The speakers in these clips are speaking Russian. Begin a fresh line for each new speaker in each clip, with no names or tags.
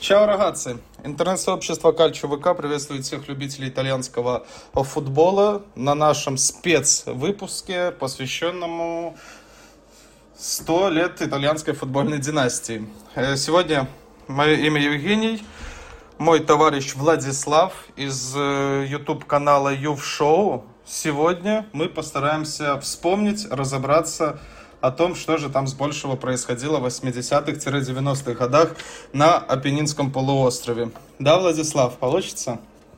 Чао, рагazzi! Интернет-сообщество Calcio ВК приветствует всех любителей итальянского футбола на нашем спецвыпуске, посвященному 100 лет итальянской футбольной династии. Сегодня мое имя Евгений, мой товарищ Владислав из YouTube-канала YouShow. Сегодня мы постараемся вспомнить, разобраться о том, что же там с большего происходило в 80-х-90-х годах на Апеннинском полуострове. Да, Владислав, получится?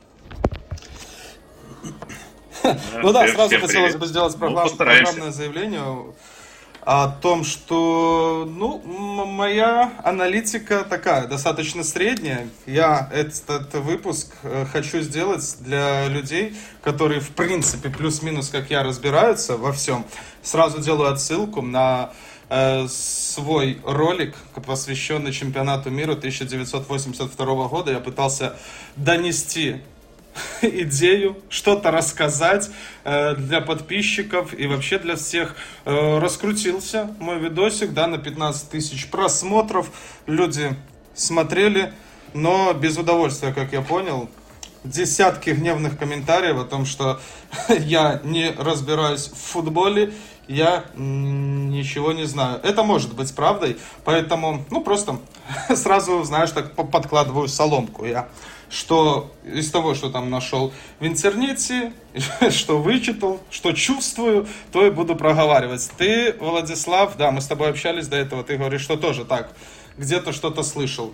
Ну да, сразу хотелось бы сделать программное заявление о том, что, моя аналитика такая, достаточно средняя. Я этот выпуск хочу сделать для людей, которые, в принципе, плюс-минус, как я, разбираются во всем. Сразу делаю отсылку на свой ролик, посвященный чемпионату мира 1982 года. Я пытался донести идею, что-то рассказать для подписчиков и вообще для всех. Раскрутился мой видосик, на 15 тысяч просмотров. Люди смотрели, но без удовольствия, как я понял. Десятки гневных комментариев о том, что я не разбираюсь в футболе, я ничего не знаю. Это может быть правдой, поэтому, просто сразу, знаешь, так подкладываю соломку я. Что из того, что там нашел в интернете, что вычитал, что чувствую, то и буду проговаривать. Ты, Владислав, да, мы с тобой общались до этого, ты говоришь, что тоже так, где-то что-то слышал.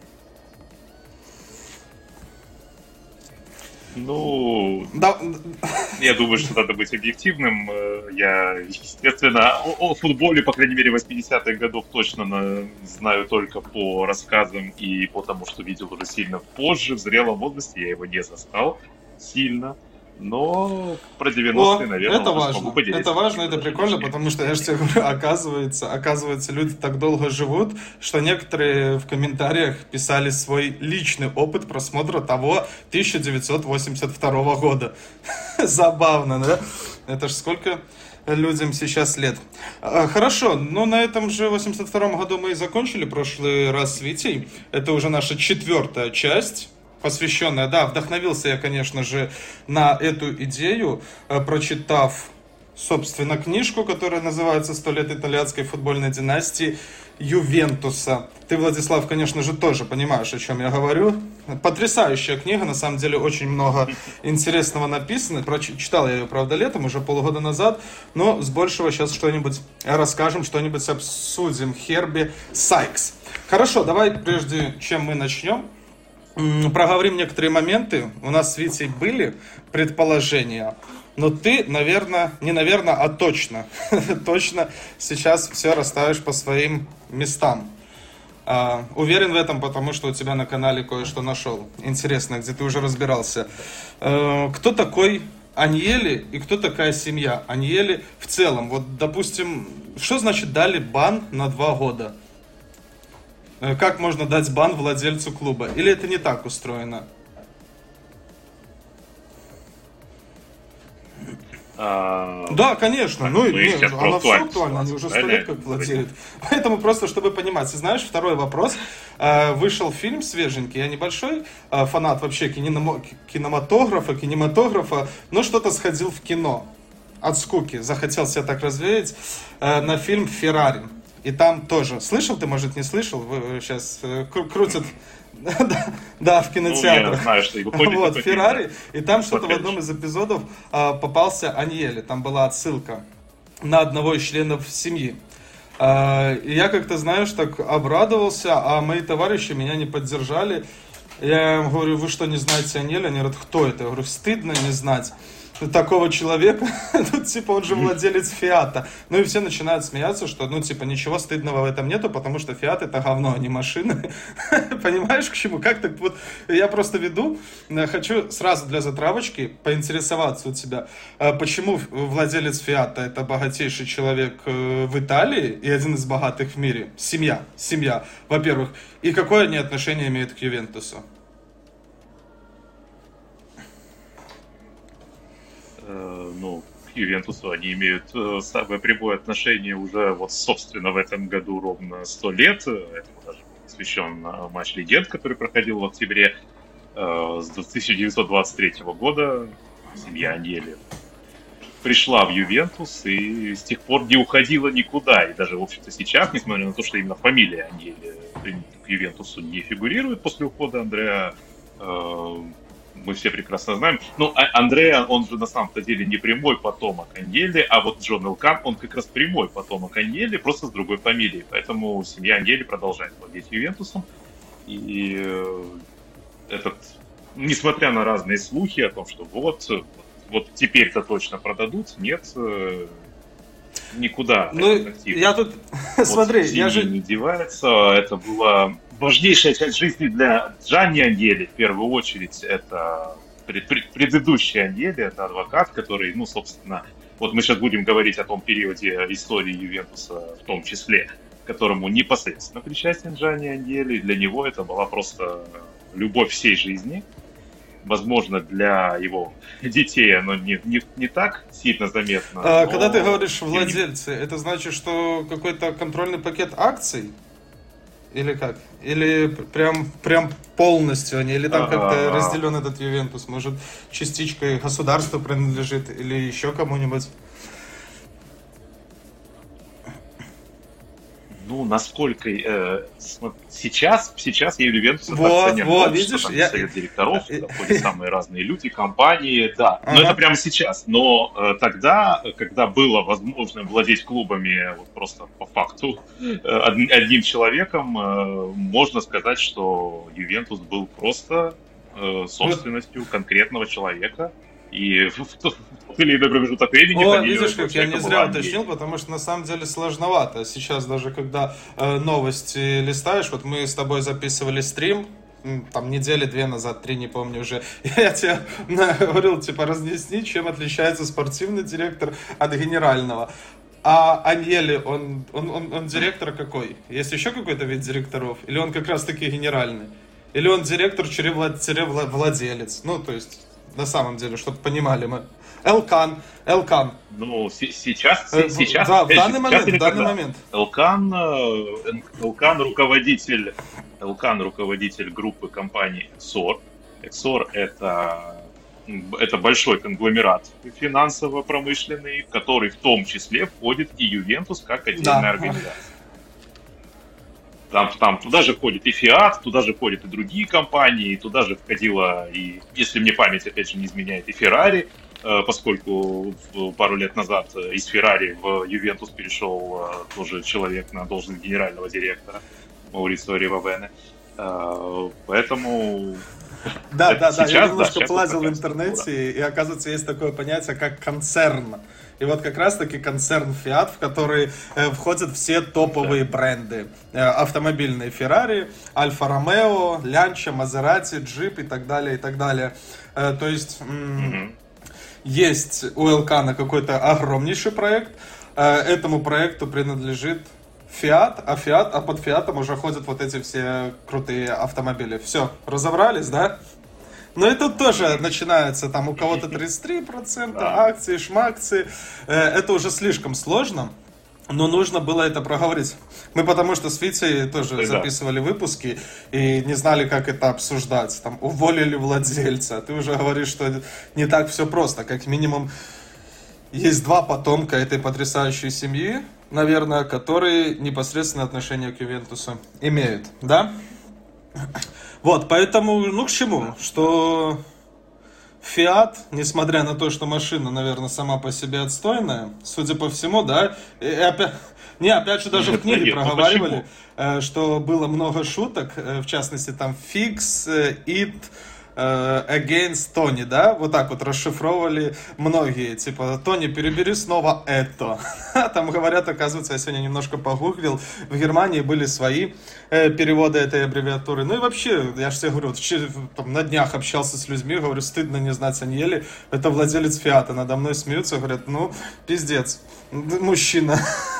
Да. Я думаю, что надо быть объективным. Я, естественно, о футболе, по крайней мере, 80-х годов точно знаю только по рассказам и по тому, что видел уже сильно позже, в зрелом возрасте. Я его не застал сильно. Но про 90-е, наверное,
это важно.
Смогу поделиться.
Это важно, это прикольно, потому что, я же тебе говорю, оказывается, люди так долго живут, что некоторые в комментариях писали свой личный опыт просмотра того 1982 года. Забавно, да? Это ж сколько людям сейчас лет. Хорошо, на этом же 82-м году мы и закончили прошлый раз с Витей. Это уже наша 4-я часть. Посвященная, вдохновился я, конечно же, на эту идею, прочитав, собственно, книжку, которая называется «100 лет итальянской футбольной династии» Ювентуса. Ты, Владислав, конечно же, тоже понимаешь, о чем я говорю. Потрясающая книга, на самом деле, очень много интересного написано. Прочитал я ее, правда, летом, уже полгода назад, но с большего сейчас что-нибудь расскажем, что-нибудь обсудим. Херби Сайкс. Хорошо, давай, прежде чем мы начнем, проговорим некоторые моменты. У нас с Витей были предположения, но ты, точно сейчас все расставишь по своим местам. Уверен в этом, потому что у тебя на канале кое-что нашел. Интересно, где ты уже разбирался. Кто такой Аньелли и кто такая семья Аньелли в целом? Вот, допустим, что значит дали бан на 2 года? Как можно дать бан владельцу клуба? Или это не так устроено? Да, конечно. Оно все актуально. Они уже 100 лет как владеют. Поэтому просто, чтобы понимать. И знаешь, второй вопрос. Вышел фильм свеженький. Я небольшой фанат вообще кинематографа, но что-то сходил в кино. От скуки. Захотел себя так развеять. На фильм «Феррари». И там тоже. Слышал ты, может, не слышал? Сейчас крутят в кинотеатрах.
Я знаю, что его ходит.
«Феррари». И там что-то в одном из эпизодов попался Аньелли. Там была отсылка на одного из членов семьи. И я как-то, знаешь, так обрадовался, а мои товарищи меня не поддержали. Я им говорю, вы что, не знаете Аньелли? Они говорят, кто это? Я говорю, стыдно не знать такого человека, он же владелец Фиата. И все начинают смеяться, что, ничего стыдного в этом нету, потому что Фиат это говно, а не машины. Понимаешь, к чему? Как так вот? Я просто хочу сразу для затравочки поинтересоваться у тебя, почему владелец Фиата это богатейший человек в Италии и один из богатых в мире? Семья, во-первых. И какое они отношение имеют к Ювентусу?
К Ювентусу они имеют самое прямое отношение уже, собственно, в этом году ровно 100 лет. Этому даже посвящен матч легенд, который проходил в октябре. С 1923 года семья Аньелли пришла в Ювентус и с тех пор не уходила никуда. И даже, в общем-то, сейчас, несмотря на то, что именно фамилия Аньелли к Ювентусу не фигурирует после ухода Андреа, мы все прекрасно знаем. Ну, Андреа, он же на самом-то деле не прямой потомок Аньелли, а вот Джон Элкан, он как раз прямой потомок Аньелли, просто с другой фамилией. Поэтому семья Аньелли продолжает владеть Ювентусом. И несмотря на разные слухи о том, что вот теперь-то точно продадут, нет, никуда.
Ну, я тут, смотри, я же...
не девается, это была важнейшая часть жизни для Джанни Аньелли, в первую очередь, это предыдущий Аньелли, это адвокат, который, ну, собственно, вот мы сейчас будем говорить о том периоде истории Ювентуса, в том числе, к которому непосредственно причастен Джанни Аньелли, для него это была просто любовь всей жизни. Возможно, для его детей оно не так сильно заметно.
Когда ты говоришь владельцы, это значит, что какой-то контрольный пакет акций? Или как? Или прям полностью они? Или там как-то разделен этот Ювентус? Может, частичка государству принадлежит? Или еще кому-нибудь?
Ну, насколько сейчас я Ювентус
видишь,
совет директоров, туда входят самые разные люди, компании, да. Но это прямо сейчас. Но тогда, когда было возможно владеть клубами вот просто по факту одним человеком, можно сказать, что Ювентус был просто собственностью конкретного человека. И в тот или иной промежуток времени...
видишь, как я не зря уточнил, потому что на самом деле сложновато. Сейчас даже, когда новости листаешь, вот мы с тобой записывали стрим, там недели 2 назад, 3, не помню уже, я тебе говорил, типа, разъясни, чем отличается спортивный директор от генерального. А Аньелли, он директор какой? Есть еще какой-то вид директоров? Или он как раз таки генеральный? Или он директор-владелец? Ну, то есть... На самом деле, чтобы понимали мы. Элкан.
Ну, сейчас.
Да, в данный момент.
Элкан руководитель группы компании Exor. Exor это большой конгломерат финансово-промышленный, в который в том числе входит и Ювентус как отдельная организация. Там туда же входит и Fiat, туда же входят и другие компании, туда же входила и, если мне память опять же не изменяет, и Ferrari, поскольку пару лет назад из Ferrari в Ювентус перешел тоже человек на должность генерального директора, Маурицио Ривавене. Поэтому...
Да, я немножко полазил в интернете, и оказывается есть такое понятие, как концерн. И вот как раз-таки концерн Fiat, в который входят все топовые бренды. Автомобильные Ferrari, Альфа Ромео, Лянча, Мазерати, Джип и так далее, и так далее. То есть есть у Элкана какой-то огромнейший проект. Этому проекту принадлежит Fiat, а под Fiat'ом уже ходят вот эти все крутые автомобили. Все, разобрались, да? Но и тут тоже начинается, там у кого-то 33% акции, шмакции. Это уже слишком сложно, но нужно было это проговорить. Мы потому что с Витей тоже записывали выпуски и не знали, как это обсуждать. Там уволили владельца, а ты уже говоришь, что не так все просто. Как минимум есть 2 потомка этой потрясающей семьи, наверное, которые непосредственное отношение к Ювентусу имеют, да? Вот, поэтому, ну к чему, что Fiat, несмотря на то, что машина, наверное, сама по себе отстойная, судя по всему, да, опять же даже в книге проговаривали, что было много шуток, в частности там Fix, It, Against Tony, да, вот так вот расшифровывали многие, типа, Тони, перебери снова это. Там говорят, оказывается, я сегодня немножко погуглил, в Германии были свои переводы этой аббревиатуры. Ну и вообще, я же тебе говорю, там, на днях общался с людьми, говорю, стыдно не знать Аньелли, это владелец Фиата, надо мной смеются, говорят, ну, пиздец, мужчина.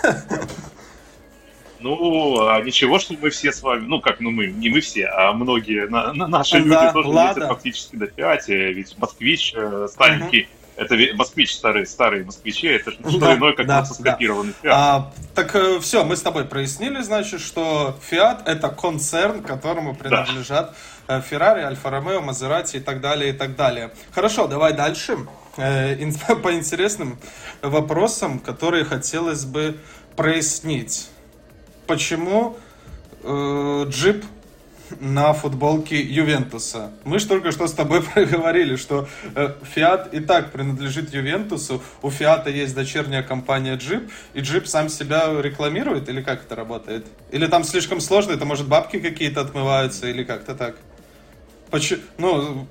Ну, а ничего, что мы все с вами, не мы все, а многие наши люди тоже ездят фактически до Фиате, ведь москвич старенький Это москвич, старые москвичи, это же что иное, как скопированный Fiat.
Так все, мы с тобой прояснили, значит, что Fiat это концерн, которому принадлежат Ferrari, Альфа Ромео, Мазерати и так далее, и так далее. Хорошо, давай дальше. По интересным вопросам, которые хотелось бы прояснить. Почему джип на футболке Ювентуса? Мы же только что с тобой проговорили, что Fiat и так принадлежит Ювентусу, у Fiat есть дочерняя компания Jeep, и Jeep сам себя рекламирует, или как это работает? Или там слишком сложно, это может бабки какие-то отмываются, или как-то так?
Ну,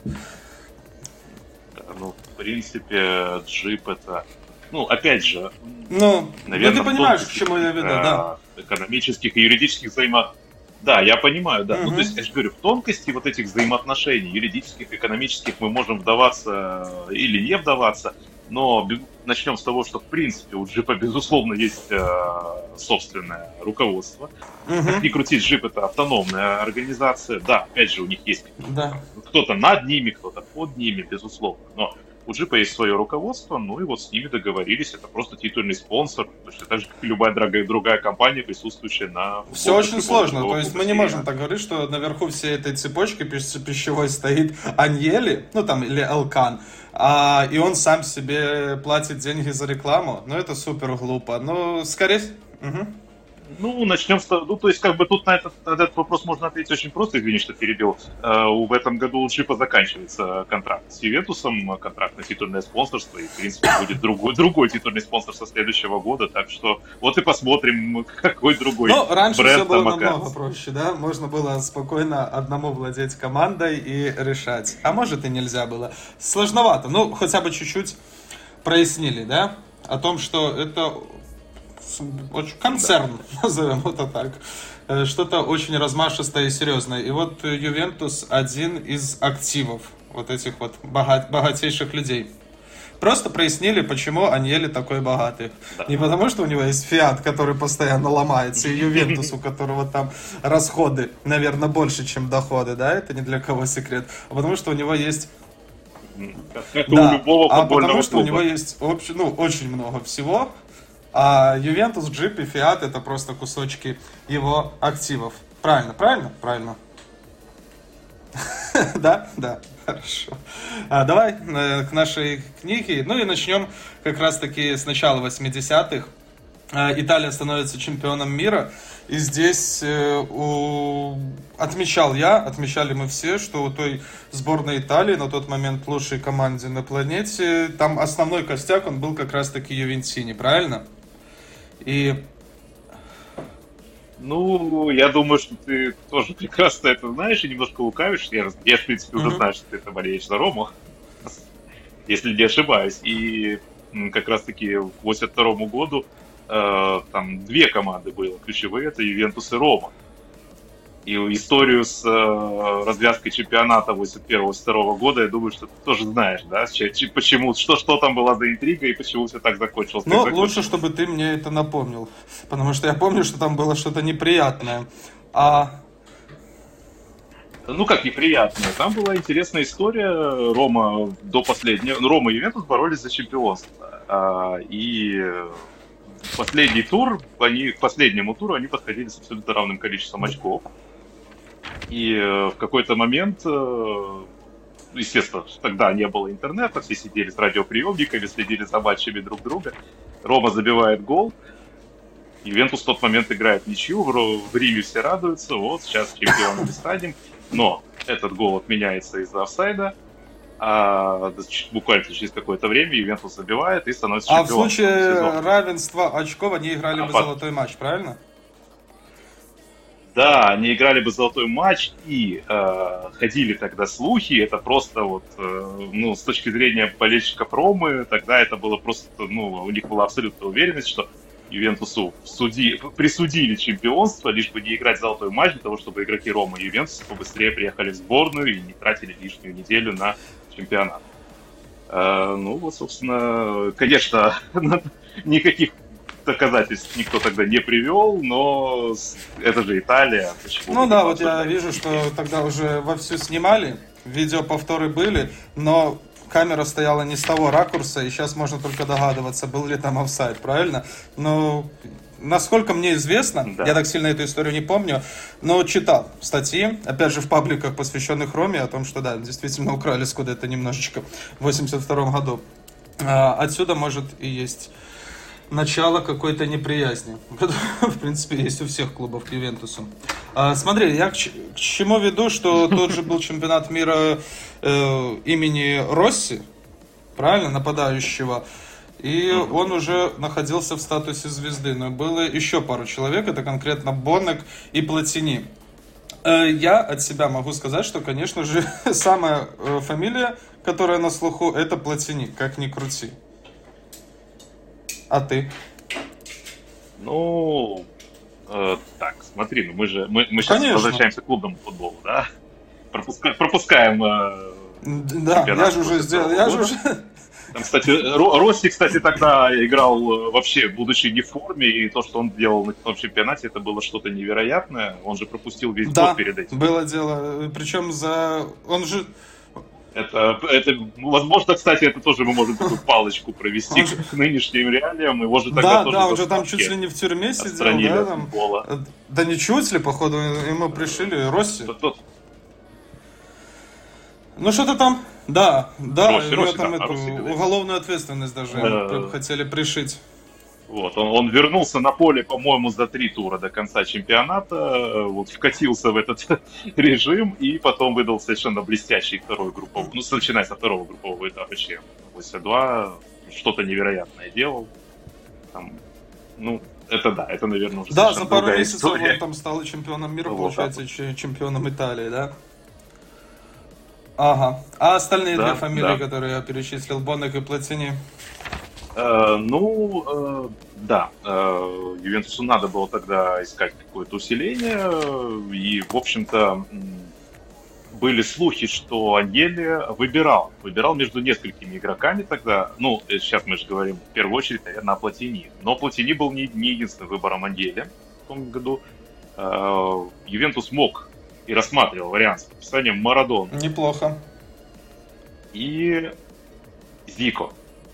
в принципе, Jeep это... Ну, опять же... наверное,
ты понимаешь, к чему я веду, да.
Экономических и юридических Да, я понимаю, да. Ну, то есть, я же говорю, в тонкости вот этих взаимоотношений, юридических, экономических, мы можем вдаваться или не вдаваться, но начнем с того, что, в принципе, у джипа, безусловно, есть собственное руководство. Как ни крутить, джип — это автономная организация. Да, опять же, у них есть кто-то над ними, кто-то под ними, безусловно. Но у джипа есть свое руководство, ну и вот с ними договорились. Это просто титульный спонсор, точно так же, как и любая другая компания, присутствующая на...
Все очень сложно, то есть мы не можем так говорить, что наверху всей этой цепочки пищевой стоит Аньели, ну там, или Элкан, и он сам себе платит деньги за рекламу. Ну это супер глупо, но скорее...
Ну, начнем с того, ну, то есть, как бы тут на этот вопрос можно ответить очень просто, извини, что перебил. В этом году у Джипа заканчивается контракт с Ювентусом, контракт на титульное спонсорство, и, в принципе, будет другой титульный спонсор со следующего года, так что вот и посмотрим, какой другой бренд.
Ну, раньше все было намного проще, да? Можно было спокойно одному владеть командой и решать. А может и нельзя было. Сложновато, ну, хотя бы чуть-чуть прояснили, да? О том, что это... концерн, назовем это так. Что-то очень размашистое и серьезное. И вот Ювентус один из активов вот этих вот богатейших людей. Просто прояснили, почему Аньели такой богатый. Не потому, что у него есть Фиат, который постоянно ломается, и Ювентус, у которого там расходы, наверное, больше, чем доходы, да, это ни для кого секрет. А потому, что у него есть...
Как у любого футбольного
потому, что
клуба.
у него есть очень много всего. А Ювентус, Джип и Фиат — это просто кусочки его активов. Правильно. Да, хорошо. Давай к нашей книге. Ну и начнем как раз-таки с начала 80-х. Италия становится чемпионом мира. И здесь отмечали мы все, что у той сборной Италии, на тот момент лучшей команде на планете, там основной костяк, он был как раз-таки Ювентини, правильно? И...
Ну, я думаю, что ты тоже прекрасно это знаешь и немножко лукавишь. Я в принципе, уже знаю, что ты это болеешь за Рому, если не ошибаюсь. И как раз-таки к 82 году там две команды было ключевые, это Ювентус и Рома. И историю с развязкой чемпионата 81-82 года, я думаю, что ты тоже знаешь, да, почему, что там была за интрига и почему все так закончилось.
Ну, лучше, чтобы ты мне это напомнил, потому что я помню, что там было что-то неприятное.
Ну, как неприятное, там была интересная история. Рома и Ювентус боролись за чемпионство. И последний тур, к последнему туру они подходили с абсолютно равным количеством очков. И в какой-то момент, естественно, тогда не было интернета, все сидели с радиоприемниками, следили за матчами друг друга. Рома забивает гол, Ювентус в тот момент играет ничью, в Риме все радуются, вот сейчас чемпионами станем. Но этот гол отменяется из-за офсайда, а буквально через какое-то время Ювентус забивает и становится чемпионом.
А в случае равенства очков они играли бы золотой матч, правильно?
Да, они играли бы золотой матч, и ходили тогда слухи, это просто вот, с точки зрения болельщиков Ромы, тогда это было просто, у них была абсолютная уверенность, что Ювентусу присудили чемпионство, лишь бы не играть золотой матч, для того, чтобы игроки Ромы и Ювентуса побыстрее приехали в сборную и не тратили лишнюю неделю на чемпионат. Собственно, конечно, никаких доказательств никто тогда не привел, но это же Италия.
Вот я вижу, что тогда уже вовсю снимали, видеоповторы были, но камера стояла не с того ракурса, и сейчас можно только догадываться, был ли там офсайд, правильно? Но насколько мне известно, я так сильно эту историю не помню, но читал статьи, опять же в пабликах, посвященных Роме, о том, что да, действительно украли Скудетто немножечко в 82 году. Отсюда может и есть начало какой-то неприязни, которая, в принципе, есть у всех клубов к Ювентусу. Смотри, я к чему веду, что тот же был чемпионат мира имени Росси, правильно, нападающего, и он уже находился в статусе звезды, но было еще пару человек, это конкретно Боннек и Платини. Я от себя могу сказать, что, конечно же, самая фамилия, которая на слуху, это Платини, как ни крути. А ты?
Ну, так, смотри, ну мы сейчас возвращаемся к клубному футболу, да? Пропускаем
да, я же уже сделал,
Там, кстати, Росси, тогда играл вообще, будучи не в форме, и то, что он делал на том чемпионате, это было что-то невероятное. Он же пропустил весь год перед этим.
Да, было дело. Причем он же...
Это, возможно, кстати, это тоже мы можем такую палочку провести к нынешним реалиям. Его же тогда тоже
он же там чуть ли не в тюрьме сидел, да? Там... Да не чуть ли, походу, ему пришили Росси. Ну что-то там, да,
Росси,
там эту уголовную ответственность даже хотели пришить.
Вот, он вернулся на поле, по-моему, за 3 тура до конца чемпионата, вот вкатился в этот режим и потом выдал совершенно блестящий второй групповой, начиная со второго группового этапа ЧМ. 82 что-то невероятное делал. Там, это, наверное, уже
да, за пару месяцев
история.
Он там стал чемпионом мира, получается, чемпионом Италии, да? Ага. А остальные две фамилии, которые я перечислил, Боннек и Платини?
Ювентусу надо было тогда искать какое-то усиление, и, в общем-то, были слухи, что Аньелли выбирал между несколькими игроками тогда, сейчас мы же говорим в первую очередь, наверное, о Платини, но Платини был не единственным выбором Аньелли в том году. Ювентус мог и рассматривал вариант с подписанием Марадона.
Неплохо.
И Зико.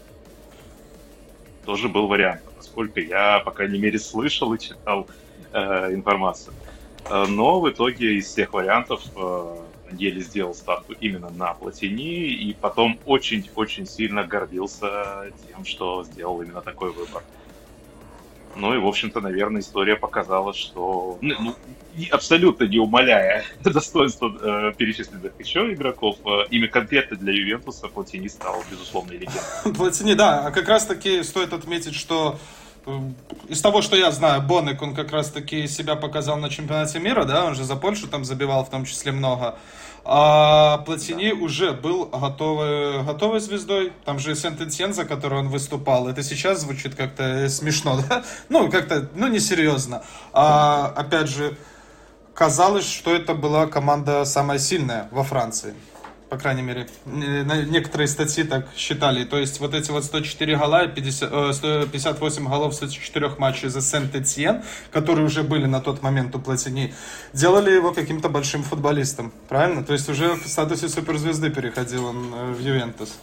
Тоже был вариант, насколько я, по крайней мере, слышал и читал информацию. Но в итоге из всех вариантов Аньелли сделал ставку именно на Платини, и потом очень-очень сильно гордился тем, что сделал именно такой выбор. Ну и, в общем-то, наверное, история показала, что, абсолютно не умаляя достоинства перечисленных еще игроков, именно конкретно для Ювентуса Платини стал, безусловно, легендой.
Платини, да, а как раз-таки стоит отметить, что из того, что я знаю, Боннек, он как раз-таки себя показал на чемпионате мира, да, он же за Польшу там забивал в том числе много. А Платини уже был готовой звездой. Там же Сент-Этьен, за который он выступал. Это сейчас звучит как-то смешно, да? Как-то, несерьезно. А опять же, казалось, что это была команда самая сильная во Франции. По крайней мере, некоторые статьи так считали. То есть вот эти 104 гола, 158 голов в 104 матчах за Сент-Этьен, которые уже были на тот момент у Платини, делали его каким-то большим футболистом. Правильно? То есть уже в статусе суперзвезды переходил он в Ювентус.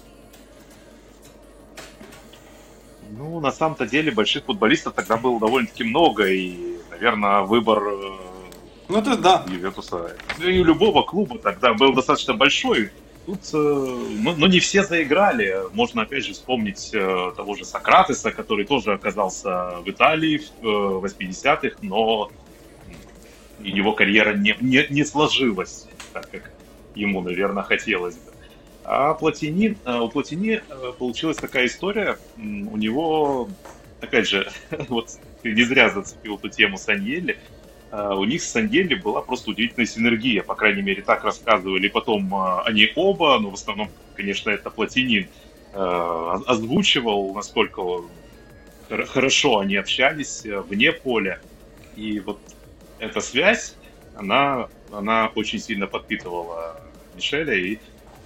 На самом-то деле больших футболистов тогда было довольно-таки много, и, наверное, выбор... Ювентуса и любого клуба тогда был достаточно большой. Тут, не все заиграли. Можно, опять же, вспомнить того же Сократеса, который тоже оказался в Италии в 80-х, но его карьера не сложилась так, как ему, наверное, хотелось бы. А у Платини получилась такая история. У него, опять же, вот ты не зря зацепил эту тему с Аньелли. У них с Аньелли была просто удивительная синергия, по крайней мере, так рассказывали. Потом они оба, в основном, конечно, это Платини озвучивал, насколько хорошо они общались вне поля. И вот эта связь, она очень сильно подпитывала Мишеля. И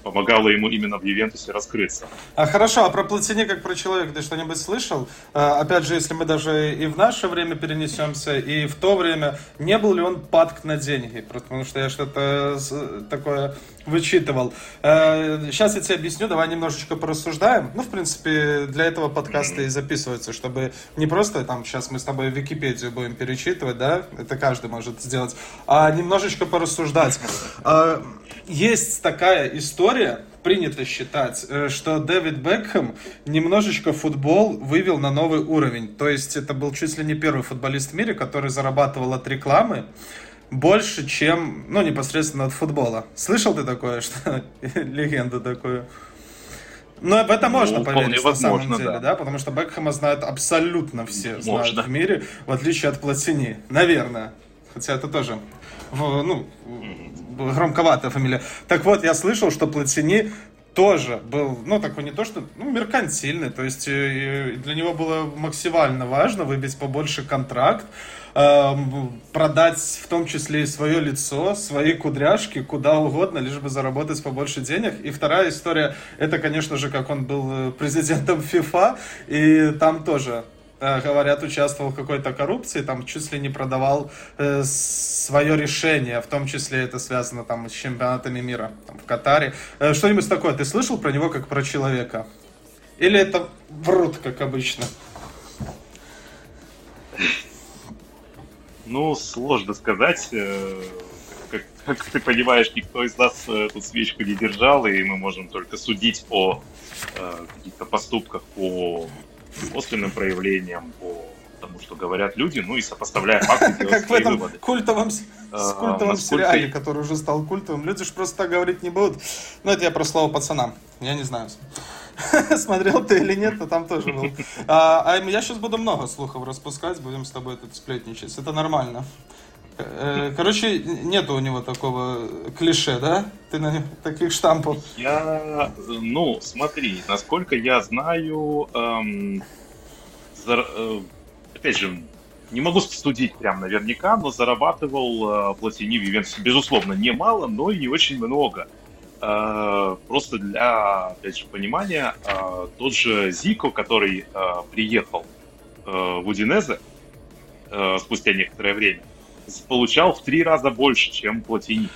помогало ему именно в Ювентусе раскрыться.
Хорошо, а про Платини как про человека ты что-нибудь слышал? Опять же, если мы даже и в наше время перенесемся, и в то время, не был ли он падк на деньги? Потому что я что-то такое вычитывал. Сейчас я тебе объясню, давай немножечко порассуждаем. Ну, в принципе, для этого подкаста и записывается, чтобы не просто там сейчас мы с тобой Википедию будем перечитывать, да, это каждый может сделать, а немножечко порассуждать. Есть такая история, принято считать, что Дэвид Бекхэм немножечко футбол вывел на новый уровень. То есть это был чуть ли не первый футболист в мире, который зарабатывал от рекламы больше, чем, ну, непосредственно от футбола. Слышал ты такое, что легенду такую? Но в это можно поверить на самом деле, да, потому что Бекхэма знают абсолютно все, знают в мире, в отличие от Платини. Наверное. Хотя это тоже, ну, громковатая фамилия. Так вот, я слышал, что Платини тоже был, ну, такой не то что, ну, меркантильный, то есть для него было максимально важно выбить побольше контракт, продать в том числе и свое лицо, свои кудряшки, куда угодно, лишь бы заработать побольше денег. И вторая история, это, конечно же, как он был президентом FIFA, и там тоже, говорят, участвовал в какой-то коррупции, там чуть ли не продавал свое решение, в том числе это связано там с чемпионатами мира там, в Катаре. Что-нибудь такое ты слышал про него как про человека? Или это врут, как обычно?
Ну, сложно сказать. Как ты понимаешь, никто из нас тут свечку не держал, и мы можем только судить о каких-то поступках, по косвенным проявлениям, по тому, что говорят люди, ну и сопоставляя факты, делать свои выводы.
Как в этом культовом сериале, который уже стал культовым. Люди же просто так говорить не будут. Ну, это я про слово пацанам. Я не знаю. Смотрел ты или нет, но там тоже был. А я сейчас буду много слухов распускать, будем с тобой тут сплетничать. Это нормально. Короче, нету у него такого клише, да? Ты на таких штампов.
Ну, смотри, насколько я знаю, опять же, не могу судить прям наверняка, но зарабатывал Платини в Ювентусе, безусловно, немало, но и не очень много. Просто для, опять же, понимания, тот же Зико, который приехал в Удинезе спустя некоторое время, получал в 3 раза больше, чем Платини.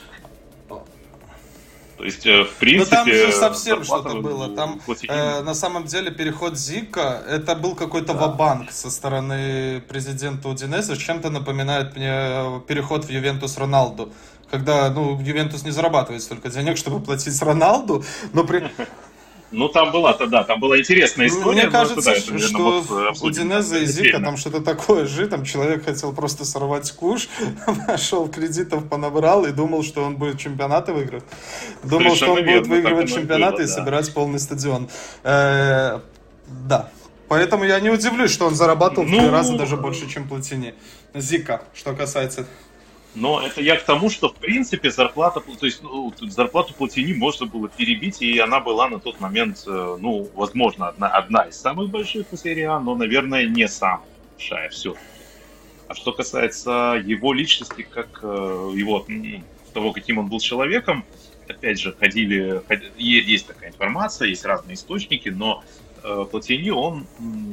То есть, в принципе...
Но там же совсем что-то было. Там, на самом деле, переход Зика, это был какой-то ва-банк со стороны президента Удинезе. Чем-то напоминает мне переход в Ювентус Роналду. Когда, ну, Ювентус не зарабатывает столько денег, чтобы платить Роналду, но при...
Ну, там была интересная история.
Мне кажется, что у Удинезе и Зика там что-то такое же. Там человек хотел просто сорвать куш, нашел кредитов, понабрал и думал, что он будет чемпионаты выиграть. Думал, что он будет выигрывать чемпионаты и собирать полный стадион. Да. Поэтому я не удивлюсь, что он зарабатывал в 3 раза даже больше, чем Платини. Зика, что касается...
Но это я к тому, что в принципе зарплату Платини можно было перебить, и она была на тот момент, ну, возможно, одна из самых больших в серии А, но, наверное, не самая большая все-таки. А что касается его личности, как его, того, каким он был человеком, опять же, есть такая информация, есть разные источники, но Платини, он...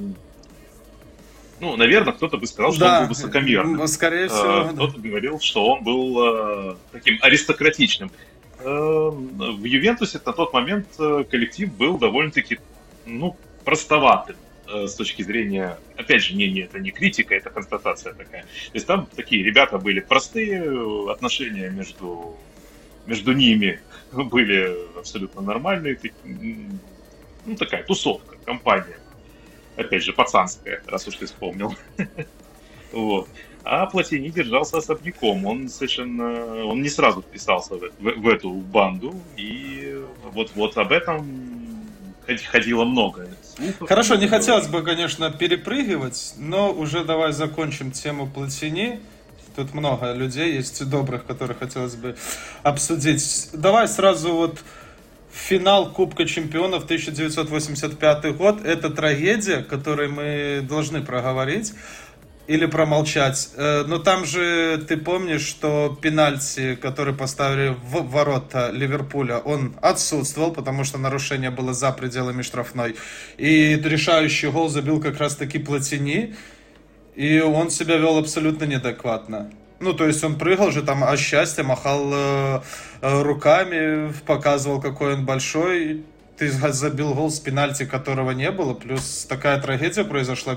Ну, наверное, кто-то бы сказал, что он был высокомерным.
Скорее всего,
кто-то говорил, что он был таким аристократичным. В Ювентусе на тот момент коллектив был довольно-таки, ну, простоватым с точки зрения... Опять же, это не критика, это констатация такая. То есть там такие ребята были простые, отношения между ними были абсолютно нормальные. Ну, такая тусовка, компания. Опять же, пацанская, раз уж ты вспомнил. Вот. А Платини держался особняком. Он не сразу вписался в эту банду. И вот об этом ходило много слухов.
Хорошо, не хотелось бы, конечно, перепрыгивать, но уже давай закончим тему Платини. Тут много людей есть добрых, которых хотелось бы обсудить. Давай сразу вот... Финал Кубка Чемпионов 1985 год. Это трагедия, которую мы должны проговорить. или промолчать. Но там же ты помнишь, что пенальти, который поставили в ворота Ливерпуля, он отсутствовал, потому что нарушение было за пределами штрафной. И решающий гол забил как раз-таки Платини, и он себя вел абсолютно неадекватно. Ну, то есть он прыгал же там от счастья, махал руками, показывал, какой он большой. Ты забил гол с пенальти, которого не было, плюс такая трагедия произошла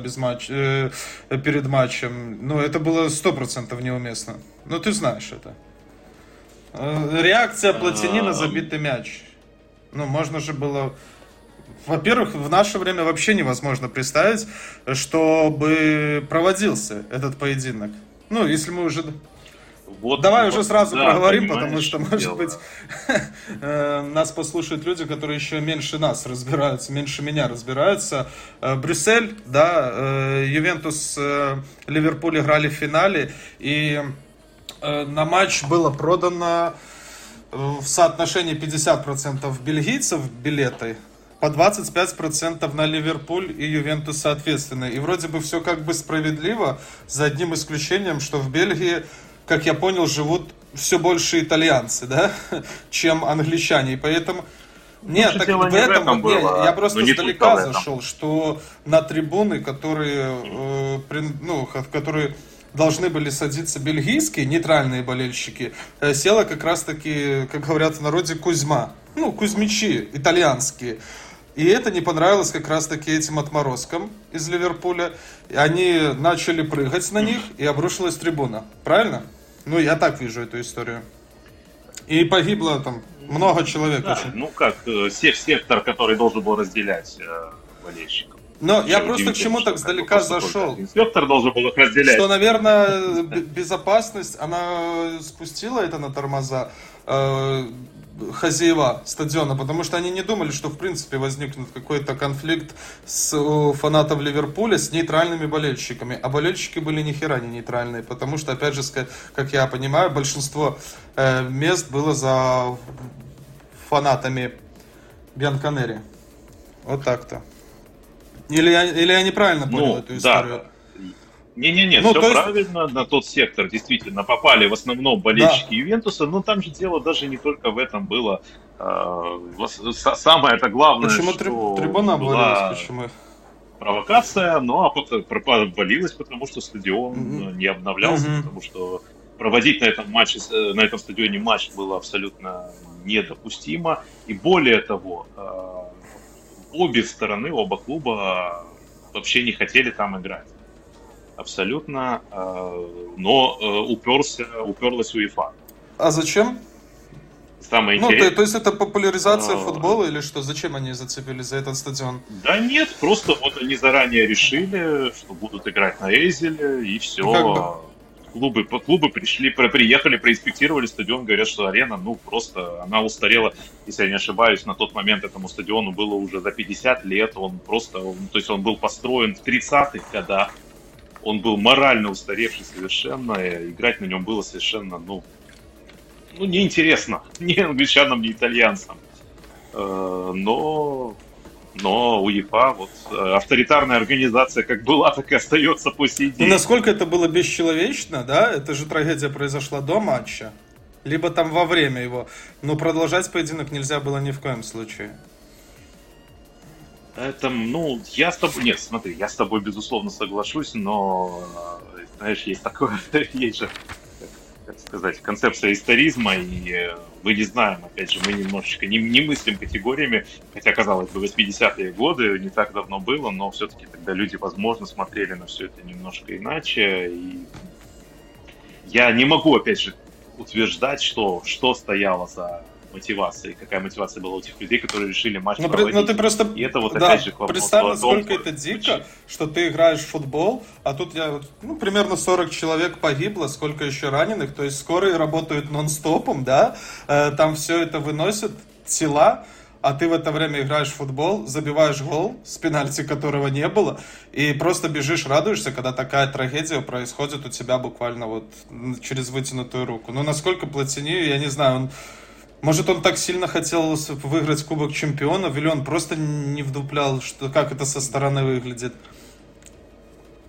перед матчем. Ну, это было 100% неуместно. Ну, ты знаешь это. Реакция Платини на забитый мяч. Ну, можно же было... Во-первых, в наше время вообще невозможно представить, чтобы проводился этот поединок. Ну, если мы уже... Вот, давай уже сразу проговорим, потому что, может быть, нас послушают люди, которые еще меньше нас разбираются, меньше меня разбираются. Брюссель, да, Ювентус, Ливерпуль играли в финале, и на матч было продано в соотношении 50% бельгийцев билеты, по 25% на Ливерпуль и Ювентус соответственно. И вроде бы все как бы справедливо, за одним исключением, что в Бельгии, как я понял, живут все больше итальянцы, да, чем англичане. И поэтому... Нет, так в этом было, я просто издалека зашел, что на трибуны, которые должны были садиться бельгийские, нейтральные болельщики, села как раз-таки, как говорят в народе, Кузьма. Ну, кузьмичи итальянские. И это не понравилось как раз-таки этим отморозкам из Ливерпуля. И они начали прыгать на них, и обрушилась трибуна. Правильно? Ну, я так вижу эту историю. И погибло там много человек.
Да, очень. Ну как, сектор, который должен был разделять болельщиков.
Но я просто к чему так сдалека зашел.
Инспектор должен был их разделять.
Что, наверное, безопасность, она спустила это на тормоза, хозяева стадиона, потому что они не думали, что в принципе возникнет какой-то конфликт с фанатов Ливерпуля с нейтральными болельщиками. А болельщики были ни хера не нейтральные, потому что, опять же, как я понимаю, большинство мест было за фанатами Бьянконери. Вот так-то. Или я неправильно понял эту историю?
Да. Не-не-не, все правильно, на тот сектор действительно попали в основном болельщики Ювентуса, но там же дело даже не только в этом было. Самое-то главное,
почему
что
трибуна обвалилась? Почему?
Провокация, ну а потом обвалилась, потому что стадион не обновлялся, потому что проводить на этом стадионе матч было абсолютно недопустимо. И более того, обе стороны, оба клуба вообще не хотели там играть. Абсолютно, но уперлась УЕФА.
А зачем?
Самое интересное.
То есть это популяризация футбола или что? Зачем они зацепились за этот стадион?
Да нет, просто вот они заранее решили, что будут играть на Эзеле, и все. Клубы приехали, проинспектировали стадион, говорят, что арена, просто она устарела. Если я не ошибаюсь, на тот момент этому стадиону было уже за 50 лет. Он был построен в 30-х годах. Он был морально устаревший совершенно, и играть на нем было совершенно, неинтересно. Ни англичанам, ни итальянцам. Но УЕФА, авторитарная организация как была, так и остается по сей день.
Насколько это было бесчеловечно, да? Это же трагедия произошла до матча, либо там во время его. Но продолжать поединок нельзя было ни в коем случае.
Это, я с тобой, безусловно, соглашусь, но, знаешь, есть же, как сказать, концепция историзма, и мы не знаем, опять же, мы немножечко не мыслим категориями, хотя, казалось бы, 80-е годы не так давно было, но все-таки тогда люди, возможно, смотрели на все это немножко иначе, и я не могу, опять же, утверждать, что стояло за мотивацией, какая мотивация была у тех людей, которые решили матч проводить.
Ну ты просто,
и это опять же,
представь, насколько это дико, что ты играешь в футбол, а тут примерно 40 человек погибло, сколько еще раненых, то есть скорые работают нон-стопом, да, там все это выносят тела, а ты в это время играешь в футбол, забиваешь гол, с пенальти которого не было, и просто бежишь, радуешься, когда такая трагедия происходит у тебя буквально через вытянутую руку. Насколько Платини, я не знаю, может, он так сильно хотел выиграть Кубок Чемпионов, или он просто не вдуплял, как это со стороны выглядит?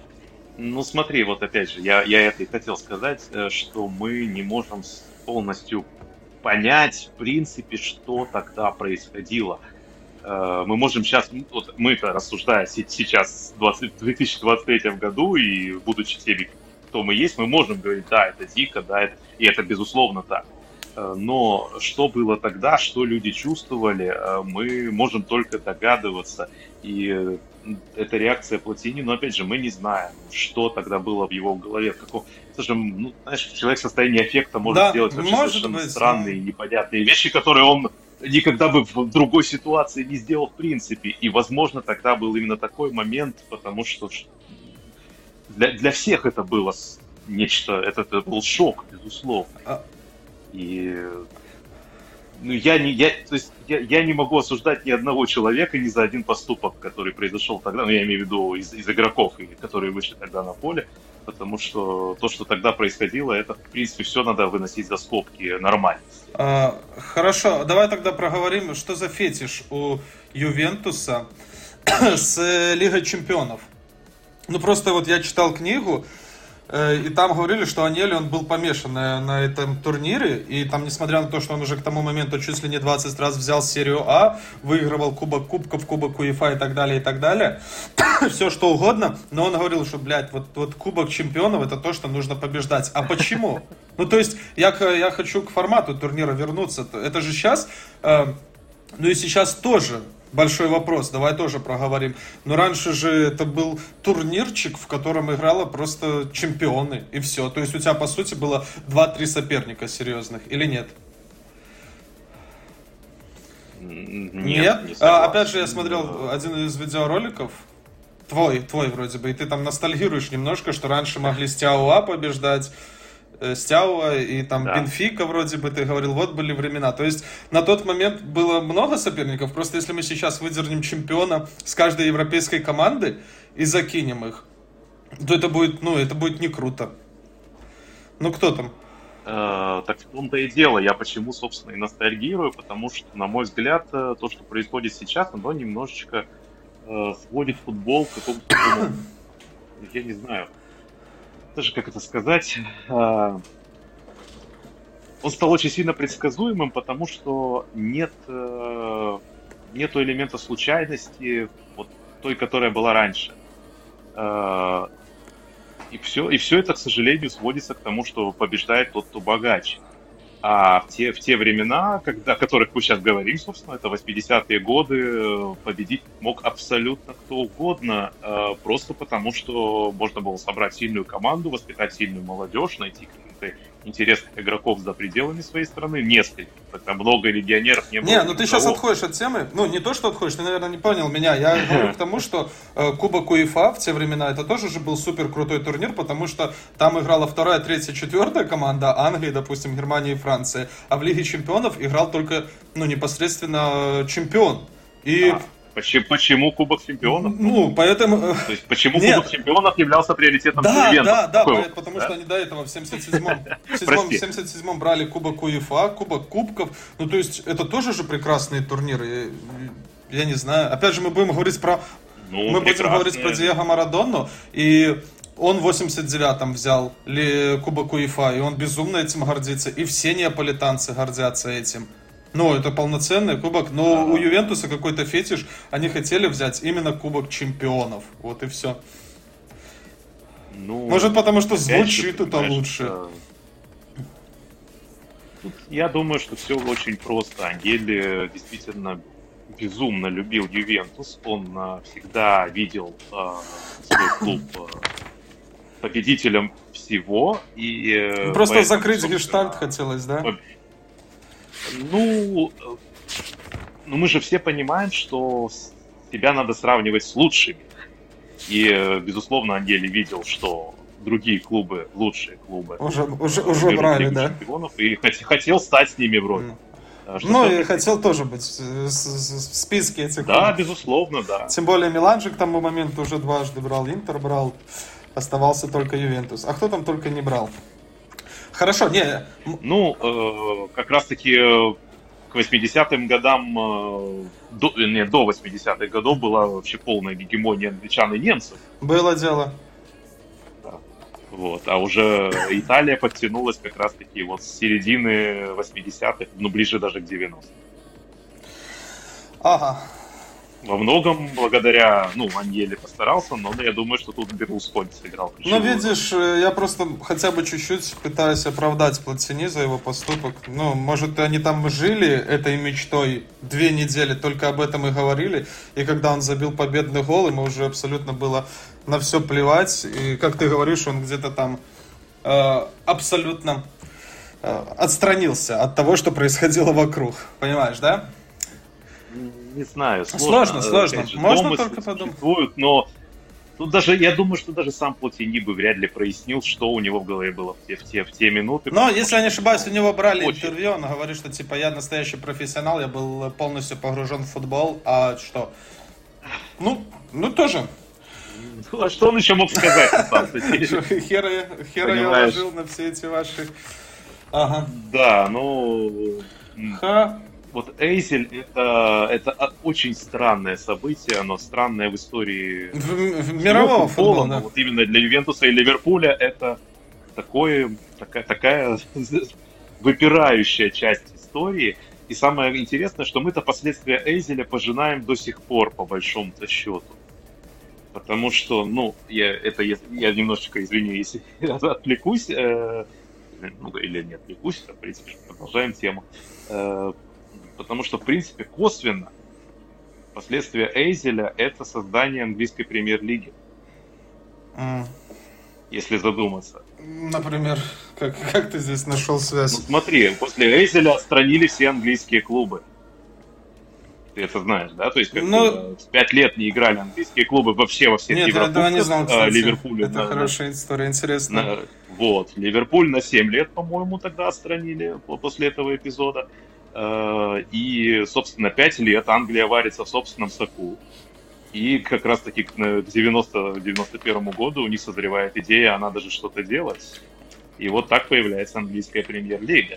Ну смотри, вот опять же, я это и хотел сказать, что мы не можем полностью понять, в принципе, что тогда происходило. Мы можем сейчас, вот мы-то рассуждая сейчас в 2023 году и будучи теми, кто мы есть, мы можем говорить, да, это дико, да, и это безусловно так. Но что было тогда, что люди чувствовали, мы можем только догадываться. И эта реакция Платини, но опять же, мы не знаем, что тогда было в его голове. Ну, знаешь, человек в состоянии аффекта может сделать вообще совершенно странные и непонятные вещи, которые он никогда бы в другой ситуации не сделал в принципе. И, возможно, тогда был именно такой момент, потому что для всех это было нечто, это был шок, безусловно. И ну, я не могу осуждать ни одного человека ни за один поступок, который произошел тогда, я имею в виду из игроков, которые вышли тогда на поле, потому что то, что тогда происходило, это, в принципе, все надо выносить за скобки нормальности.
Хорошо, давай тогда проговорим, что за фетиш у Ювентуса с Лигой Чемпионов. Ну, просто вот я читал книгу, и там говорили, что Аньель, он был помешан на этом турнире, и там, несмотря на то, что он уже к тому моменту чуть ли не 20 раз взял серию А, выигрывал Кубок Кубков, Кубок УЕФА и так далее, все что угодно, но он говорил, что, блядь, вот Кубок Чемпионов это то, что нужно побеждать. А почему? Ну, то есть, я хочу к формату турнира вернуться. Это же сейчас, ну и сейчас тоже большой вопрос, давай тоже проговорим. Но раньше же это был турнирчик, в котором играло просто чемпионы, и все. То есть у тебя, по сути, было 2-3 соперника серьезных, или нет? Нет?
Не
опять же, я смотрел один из видеороликов, твой вроде бы, и ты там ностальгируешь немножко, что раньше могли Стяуа побеждать, Стяуа и там Бенфика вроде бы, ты говорил, вот были времена. То есть на тот момент было много соперников, просто если мы сейчас выдернем чемпиона с каждой европейской команды и закинем их, то это будет не круто. Ну кто там?
Так в том-то и дело. Я почему, собственно, и ностальгирую, потому что, на мой взгляд, то, что происходит сейчас, оно немножечко сводит футбол к какому-то, я не знаю, даже как это сказать, он стал очень сильно предсказуемым, потому что нету элемента случайности, вот той, которая была раньше. И все это, к сожалению, сводится к тому, что побеждает тот, кто богаче. А в те времена, о которых мы сейчас говорим, собственно, это 80-е годы, победить мог абсолютно кто угодно, просто потому что можно было собрать сильную команду, воспитать сильную молодежь, найти каких-то интересных игроков за пределами своей страны, несколько. Тогда много легионеров не было.
Не, ну ты сейчас отходишь от темы. Ну, не то, что отходишь, ты, наверное, не понял меня. Я говорю к тому, что Кубок УЕФА в те времена, это тоже же был супер крутой турнир, потому что там играла 2-я, 3-я, 4-я команда Англии, допустим, Германии и Франции. А в Лиге Чемпионов играл только, непосредственно чемпион. И...
Почему Кубок Чемпионов?
Ну, поэтому...
То есть, почему Кубок Чемпионов являлся приоритетом Ювентуса?
Да, потому что они до этого в 77-м брали Кубок УЕФА, Кубок Кубков. Ну, то есть, это тоже же прекрасные турниры. Я не знаю. Опять же, мы будем говорить про Диего Марадону, и он в 89-м взял Кубок УЕФА, и он безумно этим гордится. И все неаполитанцы гордятся этим. Ну, это полноценный кубок, но у Ювентуса какой-то фетиш, они хотели взять именно Кубок Чемпионов, вот и все.
Ну,
может, потому что звучит это лучше.
Тут я думаю, что все очень просто. Аньель действительно безумно любил Ювентус, он всегда видел свой клуб победителем всего. И
просто закрыть гештальт хотелось, да?
Ну, мы же все понимаем, что себя надо сравнивать с лучшими. И, безусловно, Аньель видел, что другие клубы, лучшие клубы,
уже брали, да?
Чемпионов, и хотел стать с ними вровень.
И хотел тоже быть в списке этих клубов.
Да, безусловно, да.
Тем более Милан же к тому моменту уже дважды брал, Интер брал, оставался только Ювентус. А кто там только не брал? Хорошо, не...
Ну, как раз-таки к 80-м годам, до 80-х годов была вообще полная гегемония англичан и немцев.
Было дело.
Вот. А уже Италия подтянулась как раз-таки вот с середины 80-х, ну, ближе даже к 90-м.
Ага.
Во многом благодаря, ну, Аньеле постарался, но я думаю, что тут Берлускони сыграл ключевую.
Ну, видишь, я просто хотя бы чуть-чуть пытаюсь оправдать Платини за его поступок. Ну, может, они там жили этой мечтой 2 недели, только об этом и говорили. И когда он забил победный гол, ему уже абсолютно было на все плевать. И, как ты говоришь, он где-то там абсолютно отстранился от того, что происходило вокруг. Понимаешь, да?
Не знаю,
сложно.
Же,
можно только подумать.
Но тут даже, я думаю, что даже сам Платини бы вряд ли прояснил, что у него в голове было в те минуты.
Но, если я не ошибаюсь, у него брали интервью, он говорит, что типа я настоящий профессионал, я был полностью погружен в футбол, а что? Ну тоже.
Ну, а что он еще мог сказать, на самом деле?
Хера я ложил на все эти ваши... Ага.
Да, ну... Вот Эйзель это очень странное событие, оно странное в истории
в мирового футбола, да.
Вот именно для Ювентуса и Ливерпуля это такая выпирающая часть истории. И самое интересное, что мы-то последствия Эйзеля пожинаем до сих пор, по большому-то счету. Потому что, ну, я немножечко, извини, если отвлекусь, или не отвлекусь, в принципе, продолжаем тему. Потому что, в принципе, косвенно последствия Эйзеля — это создание английской премьер-лиги. Если задуматься.
Например, как ты здесь нашел связь?
Ну, смотри, после Эйзеля отстранили все английские клубы. Ты это знаешь, да? То есть, как 5 лет не играли английские клубы вообще во всех Европах.
Нет, я не знал, кстати.
Ливерпуль.
Это хорошая история, интересно.
Вот. Ливерпуль на 7 лет, по-моему, тогда отстранили после этого эпизода. И, собственно, 5 лет Англия варится в собственном соку. И как раз-таки к 90-91 году у них созревает идея, надо же что-то делать. И вот так появляется английская премьер-лига.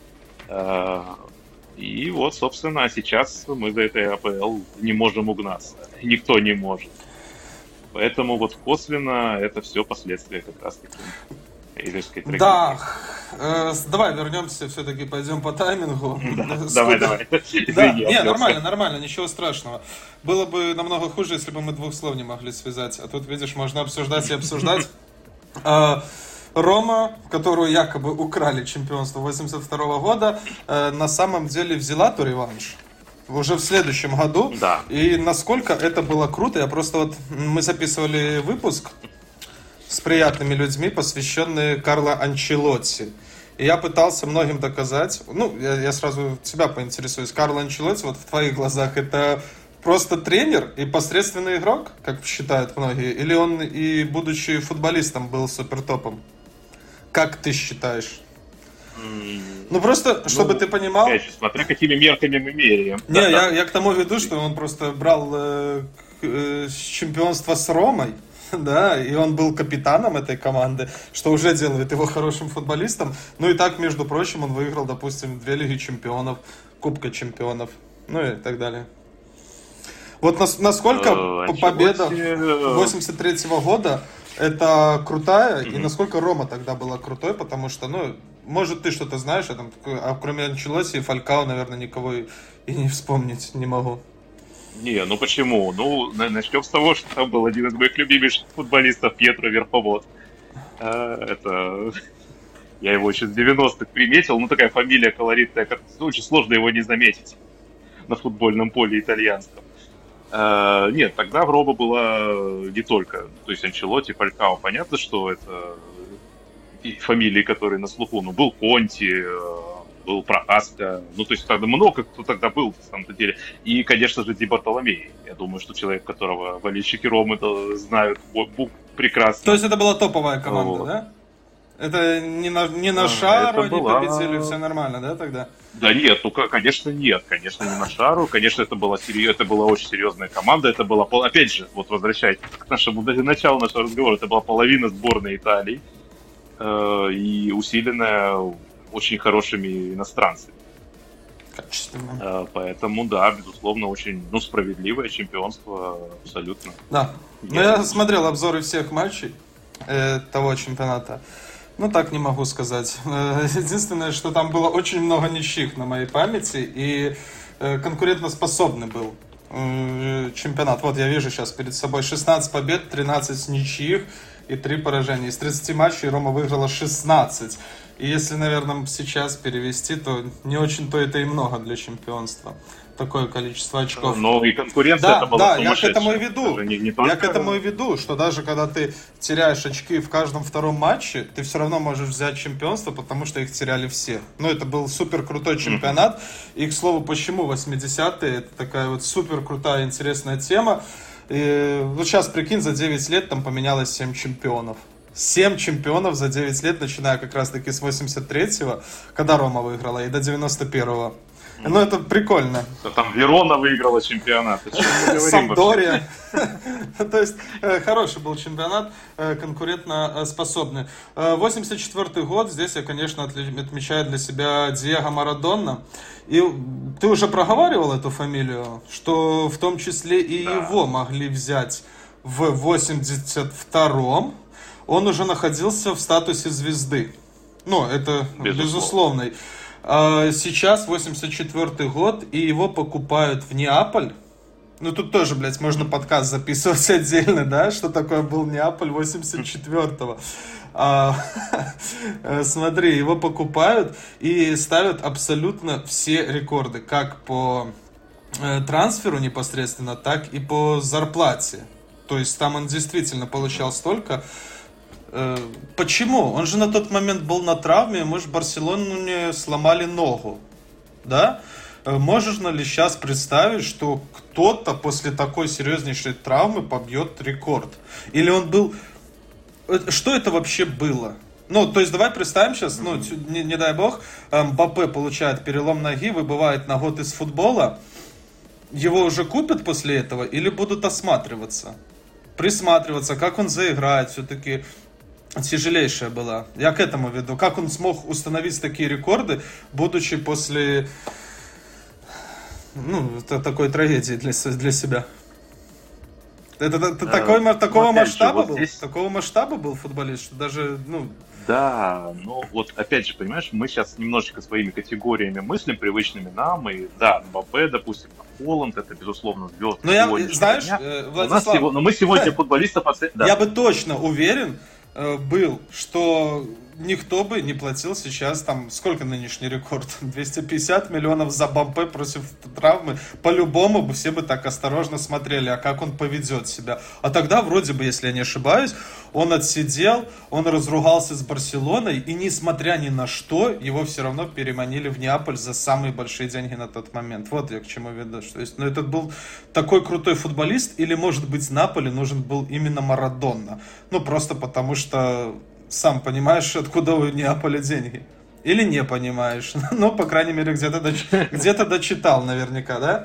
И вот, собственно, сейчас мы за этой АПЛ не можем угнаться. Никто не может. Поэтому вот косвенно это все последствия как раз-таки эйзельской трагедии.
Да, давай вернемся, все-таки пойдем по таймингу.
Давай.
Да, не, нормально, ничего страшного. Было бы намного хуже, если бы мы 2 слов не могли связать. А тут, видишь, можно обсуждать и обсуждать. Рома, которую якобы украли чемпионство 82 года, на самом деле взяла то реванш уже в следующем году.
Да.
И насколько это было круто. Я просто вот... Мы записывали выпуск с приятными людьми, посвященный Карло Анчелотти. И я пытался многим доказать... Ну, я сразу тебя поинтересуюсь. Карло Анчелотти, вот в твоих глазах, это просто тренер и посредственный игрок, как считают многие? Или он и, будучи футболистом, был супертопом? Как ты считаешь? Ну, просто, чтобы ты понимал...
Опять же, смотря какими мерками мы меряем.
Не, я к тому веду, что он просто брал чемпионство с Ромой, да, и он был капитаном этой команды, что уже делает его хорошим футболистом. Ну и так, между прочим, он выиграл, допустим, 2 Лиги Чемпионов, Кубка Чемпионов, ну и так далее. Вот насколько победа 83-го года это крутая, и насколько Рома тогда была крутой, потому что, ну, может, ты что-то знаешь, кроме Анчелотти и Фалькао, наверное, никого и не вспомнить не могу.
Не, ну почему? Ну, начнем с того, что там был один из моих любимейших футболистов, Пьетро Верховод. Это... Я его еще с 90-х приметил, ну, такая фамилия колоритная, как очень сложно его не заметить на футбольном поле итальянском. Нет, тогда в Рома была не только, то есть Анчелотти, Фалькао, понятно, что это и фамилии, которые на слуху, ну, был Конти, был Прохаска, ну, то есть тогда много кто тогда был, на самом деле, и, конечно же, Ди Бартоломей. Я думаю, что человек, которого болельщики Ромы знают прекрасно.
То есть это была топовая команда, вот. Да? Это не на шару они победили, все нормально, да, тогда?
Да нет, ну, конечно, нет. Конечно, не на шару. Конечно, это была очень серьезная команда. Это была, опять же, вот возвращаясь к началу нашего разговора, это была половина сборной Италии и усиленная очень хорошими иностранцами.
Качественно.
Поэтому, да, безусловно, очень справедливое чемпионство абсолютно.
Да. Но я смотрел обзоры всех матчей. того чемпионата? Ну, так не могу сказать. Единственное, что там было очень много ничьих на моей памяти, и конкурентоспособный был чемпионат. Вот я вижу сейчас перед собой 16 побед, 13 ничьих и 3 поражения. Из 30 матчей Рома выиграла 16. И если, наверное, сейчас перевести, то не очень-то это и много для чемпионства. Такое количество очков.
Но и конкуренция это была
сумасшедшая. Я к этому и веду.
Не только...
Я к этому и веду, что даже когда ты теряешь очки в каждом втором матче, ты все равно можешь взять чемпионство, потому что их теряли все. Ну, это был супер крутой чемпионат. И, к слову, почему 80-е, это такая вот супер крутая, интересная тема. И, вот сейчас, прикинь, за 9 лет там поменялось 7 чемпионов. 7 чемпионов за 9 лет, начиная как раз-таки с 83-го, когда Рома выиграла, и до 91-го. Ну, это прикольно.
Там Верона выиграла чемпионат.
Сампдория. То есть, хороший был чемпионат, конкурентоспособный. 84-й год, здесь я, конечно, отмечаю для себя Диего Марадона. И ты уже проговаривал эту фамилию, что в том числе и его могли взять в 82-м. Он уже находился в статусе звезды. Ну, это безусловный. Сейчас 84-й год, и его покупают в Неаполь. Ну, тут тоже, блядь, можно подкаст записывать отдельно, да, что такое был Неаполь 84-го. Смотри, его покупают и ставят абсолютно все рекорды, как по трансферу непосредственно, так и по зарплате. То есть там он действительно получал столько. Почему? Он же на тот момент был на травме, мы же в Барселоне сломали ногу, да? Можно ли сейчас представить, что кто-то после такой серьезнейшей травмы побьет рекорд? Или он был... Что это вообще было? Ну, то есть давай представим сейчас, ну, не дай бог, Мбаппе получает перелом ноги, выбывает на год из футбола, его уже купят после этого или будут осматриваться? Присматриваться, как он заиграет, все-таки... Тяжелейшая была. Я к этому веду. Как он смог установить такие рекорды, будучи после такой трагедии для себя? Это такого масштаба был? Здесь... Такого масштаба был футболист, что даже,
Да, вот опять же, понимаешь, мы сейчас немножечко своими категориями мыслим, привычными нам, и да, Мбаппе, допустим, Холланд, это, безусловно, звезд.
Но я, знаешь, Владислав...
Но мы сегодня футболистов оценим...
Я бы точно уверен был, что никто бы не платил сейчас, там, сколько нынешний рекорд? 250 миллионов за Мбаппе против травмы. По-любому бы все бы так осторожно смотрели, а как он поведет себя. А тогда, вроде бы, если я не ошибаюсь, он отсидел, он разругался с Барселоной, и несмотря ни на что, его все равно переманили в Неаполь за самые большие деньги на тот момент. Вот я к чему веду. То есть, этот был такой крутой футболист, или, может быть, Наполи нужен был именно Марадона. Просто потому что... Сам понимаешь, откуда у Неаполя деньги? Или не понимаешь? По крайней мере, где-то дочитал наверняка, да?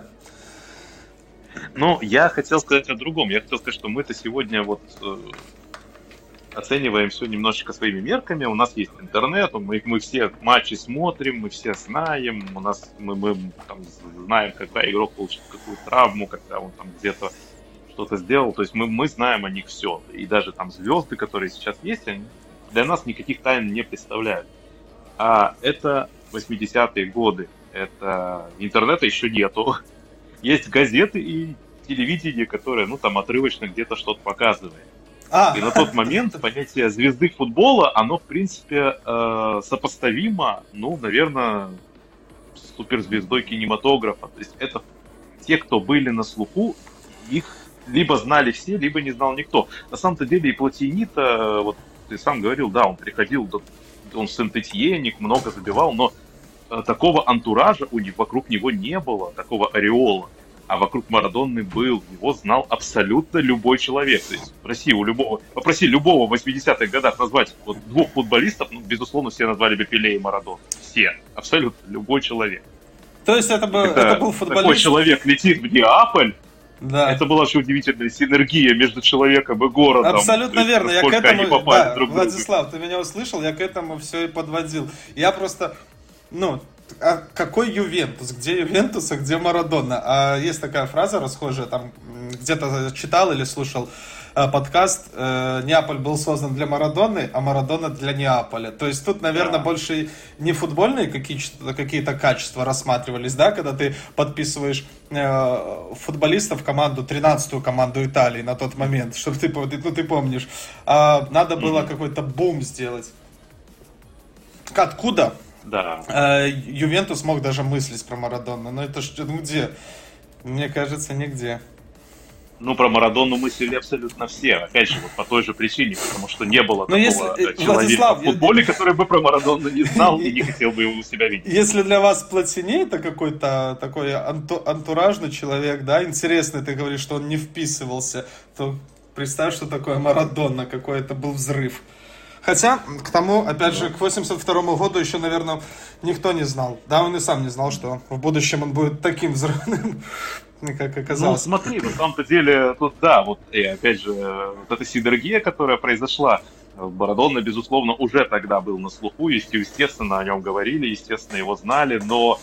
Я хотел сказать о другом. Я хотел сказать, что мы-то сегодня оцениваем все немножечко своими мерками. У нас есть интернет, мы все матчи смотрим, мы все знаем. Мы там знаем, когда игрок получил какую травму, когда он там где-то что-то сделал. То есть мы знаем о них все. И даже там звезды, которые сейчас есть, они для нас никаких тайн не представляют. А это 80-е годы. Это интернета еще нету. Есть газеты и телевидение, которое, отрывочно где-то что-то показывает. И на тот момент понятие звезды футбола, оно, в принципе, сопоставимо, наверное, с суперзвездой кинематографа. То есть это те, кто были на слуху, их либо знали все, либо не знал никто. На самом-то деле и Платини-то, ты сам говорил, да, он приходил, он в Сент-Этьене, много забивал, но такого антуража вокруг него не было, такого ореола. А вокруг Марадонны был, его знал абсолютно любой человек. То есть попроси любого в 80-х годах назвать двух футболистов, безусловно, все назвали бы Пеле и Марадону. Все, абсолютно любой человек.
То есть это был футболист... Такой
человек летит в Неаполь.
Да.
Это была же удивительная синергия между человеком и городом.
Абсолютно верно. Я к этому, Владислав, ты меня услышал, я к этому все и подводил. Я просто, а какой Ювентус? Где Ювентус, а где Марадона? А есть такая фраза расхожая, там где-то читал или слушал. подкаст «Неаполь был создан для Марадоны, а Марадона для Неаполя». То есть тут, наверное, больше не футбольные какие-то качества рассматривались, да, когда ты подписываешь футболистов в команду, 13-ю команду Италии на тот момент, чтобы ты помнишь. Надо было какой-то бум сделать. Откуда?
Да.
Ювентус мог даже мыслить про Марадону, но это где? Мне кажется, нигде.
Ну, про Марадону мыслили абсолютно все. Опять же, вот по той же причине, потому что не было такого человека в футболе, который бы про Марадону не знал и не хотел бы его у себя видеть.
Если для вас Платини это какой-то такой антуражный человек, да, интересный, ты говоришь, что он не вписывался, то представь, что такое Марадона, какой это был взрыв. Хотя, к тому, опять же, к 82 году еще, наверное, никто не знал. Да, он и сам не знал, что в будущем он будет таким взрывным, как оказалось.
Ну, смотри, на самом-то деле, тут, да, вот, и опять же, вот эта синергия, которая произошла, Марадона, безусловно, уже тогда был на слуху, естественно, о нем говорили, естественно, его знали, но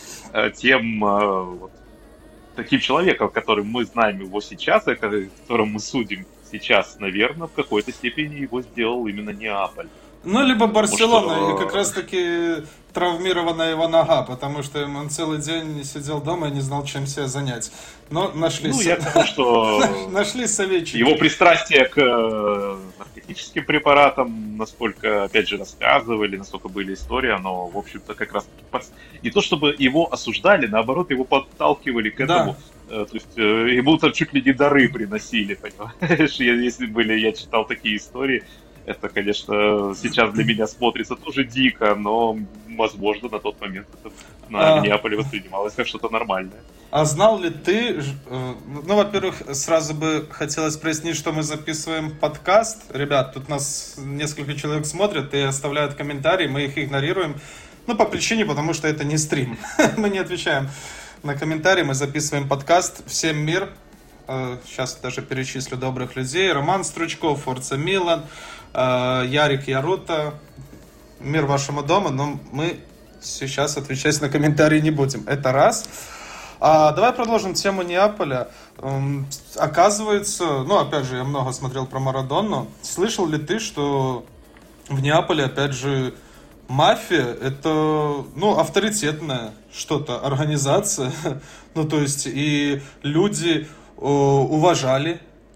таким человеком, которым мы знаем его сейчас, и которым мы судим сейчас, наверное, в какой-то степени его сделал именно Неаполь.
Ну, либо Барселона, и как раз-таки травмирована его нога, потому что он целый день сидел дома и не знал, чем себя занять. Но нашли...
Ну, я думаю, что...
Нашли советчики.
Его пристрастие к наркотическим препаратам, насколько, опять же, рассказывали, насколько были истории, оно, в общем-то, как раз... Не то, чтобы его осуждали, наоборот, его подталкивали к этому. Да. То есть ему там чуть ли не дары приносили, понимаешь? Если были, я читал такие истории, это, конечно, сейчас для меня смотрится тоже дико, но, возможно, на тот момент это на Неаполе воспринималось как что-то нормальное.
А знал ли ты, ну, во-первых, сразу бы хотелось прояснить, что мы записываем подкаст. Ребят, тут нас несколько человек смотрят и оставляют комментарии, мы их игнорируем. Ну, по причине, потому что это не стрим. Мы не отвечаем на комментарии, мы записываем подкаст. Всем мир. Сейчас даже перечислю добрых людей. Роман Стручков, Форца Милан, Ярик Ярута. Мир вашему дому, но мы сейчас отвечать на комментарии не будем. Это раз. Давай продолжим тему Неаполя. Оказывается, ну, опять же, я много смотрел про Марадону. Слышал ли ты, что в Неаполе, опять же, мафия — это, ну, авторитетная что-то, организация. Ну, то есть, и люди уважали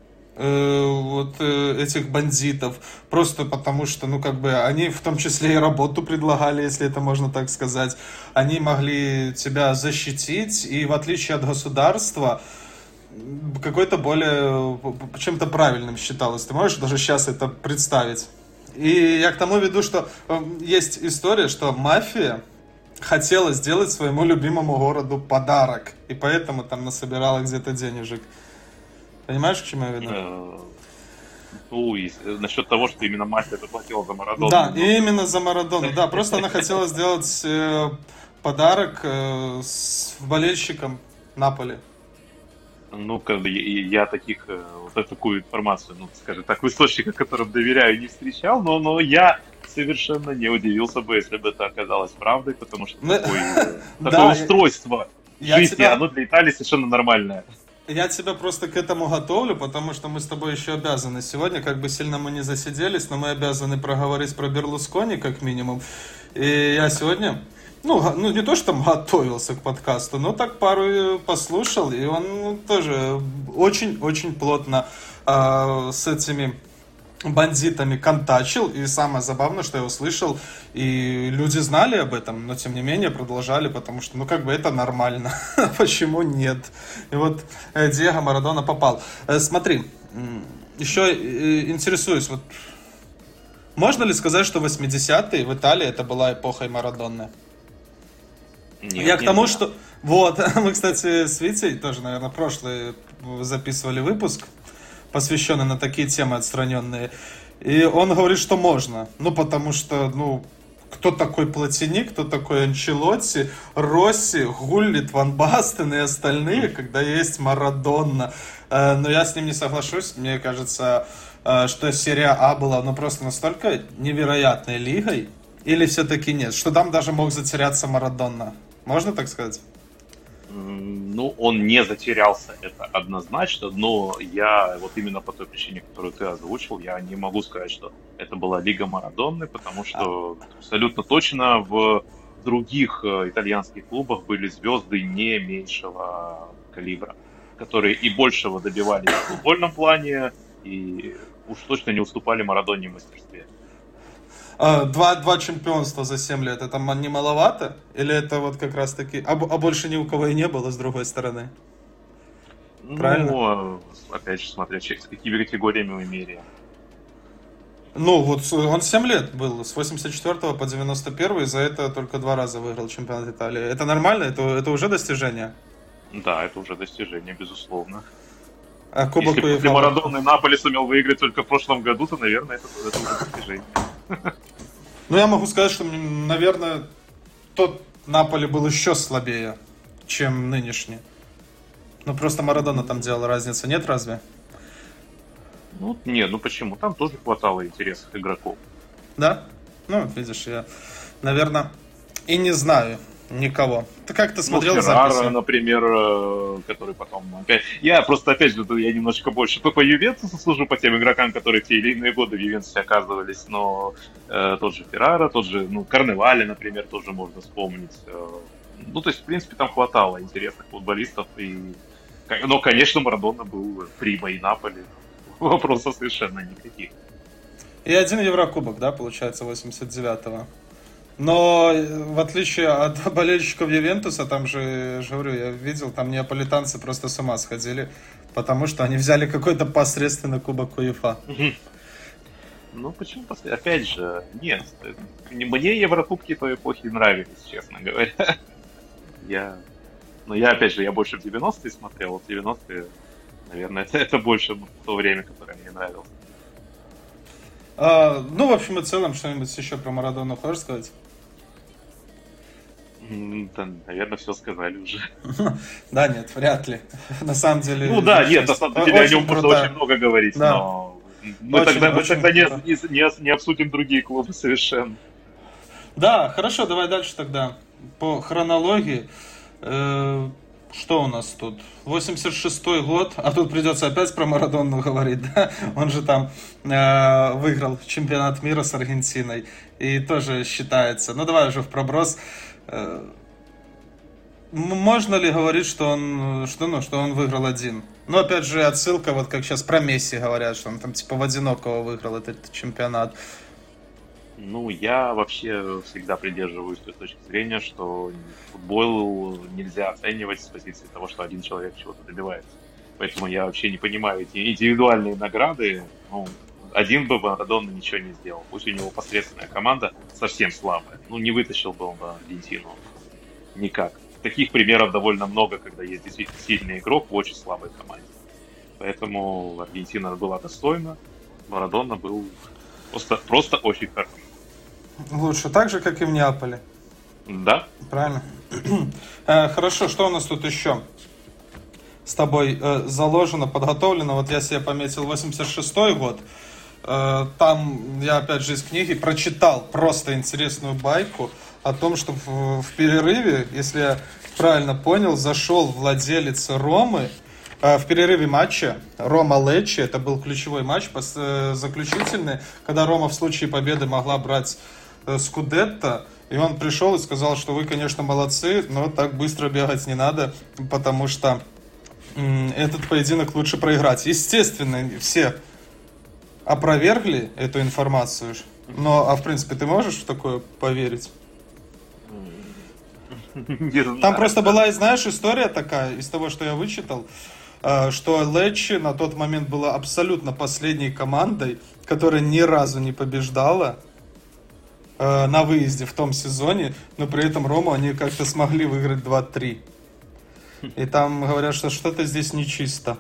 этих бандитов, просто потому что, ну, как бы, они в том числе и работу предлагали, если это можно так сказать. Они могли тебя защитить, и в отличие от государства, какой-то более чем-то правильным считалось. Ты можешь даже сейчас это представить? И я к тому веду, что есть история, что мафия хотела сделать своему любимому городу подарок, и поэтому там насобирала где-то денежек. Понимаешь, к чему я веду?
Ну, и насчет того, что именно мафия заплатила за Марадону.
Да, именно за Марадону. Да, просто она хотела сделать подарок болельщикам Наполи.
Ну, как бы я такую информацию, ну, скажем так, в источниках, которым доверяю, не встречал, но я совершенно не удивился бы, если бы это оказалось правдой, потому что такое устройство жизни, оно для Италии совершенно нормальное.
Я тебя просто к этому готовлю, потому что мы с тобой еще обязаны сегодня, как бы сильно мы не засиделись, но мы обязаны проговорить про Берлускони, как минимум. И я сегодня, ну не то, что там готовился к подкасту, но так пару послушал, и он тоже очень-очень плотно с этими бандитами контачил, и самое забавное, что я услышал, и люди знали об этом, но тем не менее продолжали, потому что, ну, как бы это нормально, почему нет? И вот Диего Марадона попал. Смотри, еще интересуюсь, вот можно ли сказать, что 80-е в Италии это была эпохой Марадоны?
Нет,
я к тому, что... Вот, мы, кстати, с Витей тоже, наверное, прошлый записывали выпуск, посвященный на такие темы отстраненные. И он говорит, что можно. Ну, потому что, ну, кто такой Платини, кто такой Анчелотти, Росси, Гуллит, Ван Бастен и остальные, когда есть Марадона. Но я с ним не соглашусь. Мне кажется, что серия А была, ну, просто настолько невероятной лигой. Или все-таки нет? Что там даже мог затеряться Марадона. Можно так сказать?
Ну, он не затерялся, это однозначно, но я вот именно по той причине, которую ты озвучил, я не могу сказать, что это была Лига Марадонны, потому что абсолютно точно в других итальянских клубах были звезды не меньшего калибра, которые и большего добивались в футбольном плане, и уж точно не уступали Марадонне в мастерстве.
Два чемпионства за 7 лет, это не маловато? Или это вот как раз таки... А больше ни у кого и не было, с другой стороны? Правильно?
Ну, опять же, смотря с какими категориями мы меряем.
Ну, вот он 7 лет был, с 84 по 91, и за это только 2 раза выиграл чемпионат Италии. Это нормально? Это уже достижение?
Да, это уже достижение, безусловно.
А Кубок
Если после Марадонны Наполи сумел выиграть только в прошлом году, то, наверное, это уже достижение.
Ну, я могу сказать, что, наверное, тот Наполи был еще слабее, чем нынешний. Ну, просто Марадона там делал разницу, нет разве?
Ну, нет, ну почему? Там тоже хватало интересных игроков.
Да? Ну, видишь, я, наверное, и не знаю никого. Ты как-то смотрел записи?
Например, который потом опять... Я просто, опять же, я немножечко больше по Ювентусу служу, по тем игрокам, которые в те или иные годы в Ювентусе оказывались, но тот же Феррара, тот же, Карневали, например, тоже можно вспомнить. Ну, то есть, в принципе, там хватало интересных футболистов, но, конечно, Марадона был примой Наполи. Вопросов совершенно никаких.
И 1 Еврокубок, да, получается, 89-го. Но в отличие от болельщиков Ювентуса, там же, я же говорю, я видел, там неаполитанцы просто с ума сходили, потому что они взяли какой-то посредственный кубок УЕФА.
Ну, почему посредственный? Опять же, нет. Мне Еврокубки той эпохи нравились, честно говоря. Я опять же, я больше в 90-е смотрел, вот 90-е, наверное, это больше то время, которое мне нравилось.
Ну, в общем и целом, что-нибудь еще про Марадону хочешь сказать?
Да, наверное, все сказали уже.
Да, нет, вряд ли. На самом деле...
Ну да, нет, на самом деле о нем можно очень много говорить, но мы тогда не обсудим другие клубы совершенно.
Да, хорошо, давай дальше тогда. По хронологии, что у нас тут? 86-й год, а тут придется опять про Марадону говорить, да? Он же там выиграл чемпионат мира с Аргентиной и тоже считается. Ну давай уже в проброс. Можно ли говорить, что он выиграл один? Ну опять же отсылка, вот как сейчас про Месси говорят, что он там типа в одинокого выиграл этот чемпионат.
Ну, я вообще всегда придерживаюсь той точки зрения, что футбол нельзя оценивать с позиции того, что один человек чего-то добивается. Поэтому я вообще не понимаю эти индивидуальные награды. Ну, один бы Марадона ничего не сделал. Пусть у него посредственная команда совсем слабая. Ну, не вытащил бы он Аргентину никак. Таких примеров довольно много, когда есть действительно сильный игрок в очень слабой команде. Поэтому Аргентина была достойна, Марадона был просто очень хорош.
Лучше так же, как и в Неаполе.
Да.
Правильно. Хорошо, что у нас тут еще с тобой заложено, подготовлено? Вот я себе пометил 86-й год. Там я опять же из книги прочитал просто интересную байку о том, что в перерыве, если я правильно понял, зашел владелец Ромы в перерыве матча Рома-Леччи. Это был ключевой матч, заключительный, когда Рома в случае победы могла брать Скудетто. И он пришел и сказал, что вы, конечно, молодцы, но так быстро бегать не надо, потому что этот поединок лучше проиграть. Естественно, все опровергли эту информацию. Но, в принципе, ты можешь в такое поверить? Там просто была, знаешь, история такая, из того, что я вычитал, что Леччи на тот момент была абсолютно последней командой, которая ни разу не побеждала на выезде в том сезоне, но при этом Рому они как-то смогли выиграть 2-3. И там говорят, что что-то здесь нечисто.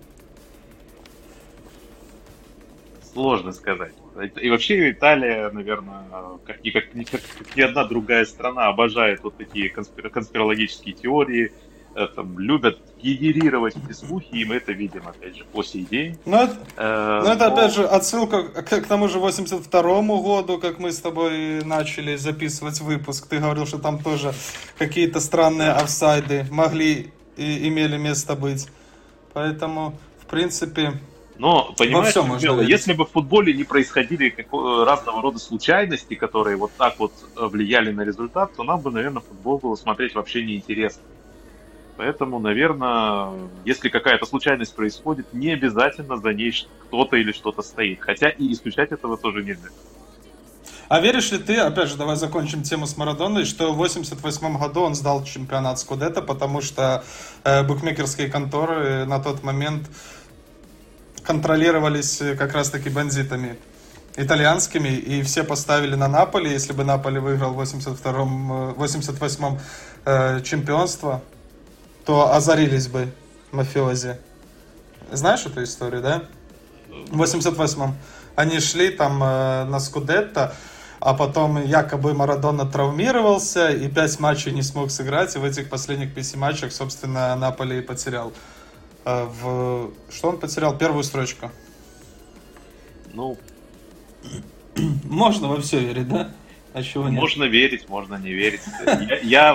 Сложно сказать. И вообще Италия, наверное, как ни одна другая страна, обожает вот такие конспирологические теории, любят генерировать эти слухи, и мы это видим, опять же, по сей день.
Это опять же, отсылка к тому же 82-му году, как мы с тобой начали записывать выпуск. Ты говорил, что там тоже какие-то странные офсайды могли и имели место быть. Поэтому, в принципе...
Но, понимаешь, если бы в футболе не происходили разного рода случайности, которые вот так вот влияли на результат, то нам бы, наверное, футбол было смотреть вообще неинтересно. Поэтому, наверное, если какая-то случайность происходит, не обязательно за ней кто-то или что-то стоит. Хотя и исключать этого тоже нельзя.
А веришь ли ты, опять же, давай закончим тему с Марадоной, что в 88 году он сдал чемпионат Скудетто, потому что букмекерские конторы на тот момент контролировались как раз-таки бандитами итальянскими, и все поставили на Наполи. Если бы Наполи выиграл в 88-м чемпионство, то озарились бы мафиози. Знаешь эту историю, да? В 88-м они шли там на Скудетто, а потом якобы Марадона травмировался и 5 матчей не смог сыграть, и в этих последних 5 матчах, собственно, Наполи и потерял. Что он потерял? Первую строчку.
Ну,
можно во все верить, да? А чего нет?
Можно верить, можно не верить. Я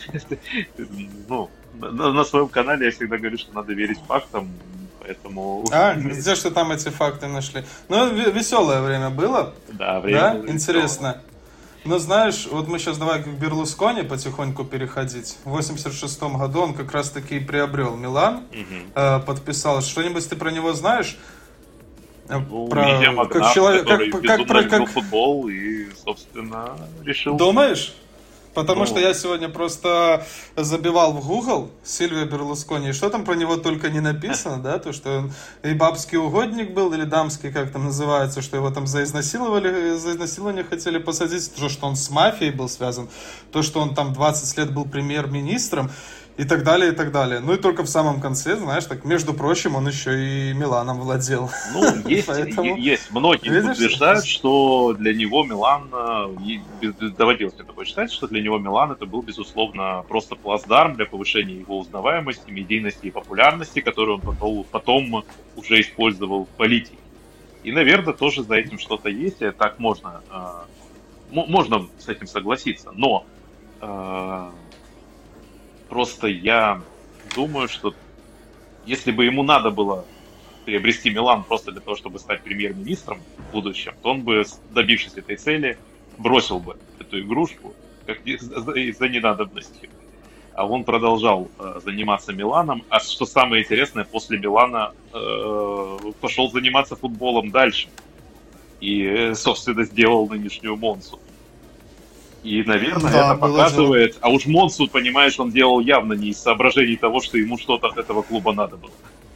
на своем канале я всегда говорю, что надо верить фактам, поэтому...
Где что там эти факты нашли? Ну, веселое время было.
Да, время было
интересно. Но знаешь, вот мы сейчас давай к Берлускони потихоньку переходить. В 86-м году он как раз-таки приобрел Милан, подписал. Что-нибудь ты про него знаешь?
Медиамагнат, который безумно любил футбол и, собственно, решил...
Думаешь? Потому что я сегодня просто забивал в Google Сильвио Берлускони, и что там про него только не написано, да, то, что он и бабский угодник был, или дамский, как там называется, что его там за изнасилование хотели посадить, то, что он с мафией был связан, то, что он там 20 лет был премьер-министром, и так далее, и так далее. Ну и только в самом конце, знаешь, так, между прочим, он еще и Миланом владел.
Ну, есть. Многие утверждают, что для него Милан, доводилось мне такое считать, что для него Милан это был, безусловно, просто плацдарм для повышения его узнаваемости, медийности и популярности, которую он потом уже использовал в политике. И, наверное, тоже за этим что-то есть, и так можно с этим согласиться. Но просто я думаю, что если бы ему надо было приобрести Милан просто для того, чтобы стать премьер-министром в будущем, то он бы, добившись этой цели, бросил бы эту игрушку из-за ненадобности. А он продолжал заниматься Миланом. А что самое интересное, после Милана пошел заниматься футболом дальше. И, собственно, сделал нынешнюю Монцу. И, наверное, это показывает... А уж Монсу, понимаешь, он делал явно не из соображений того, что ему что-то от этого клуба надо было.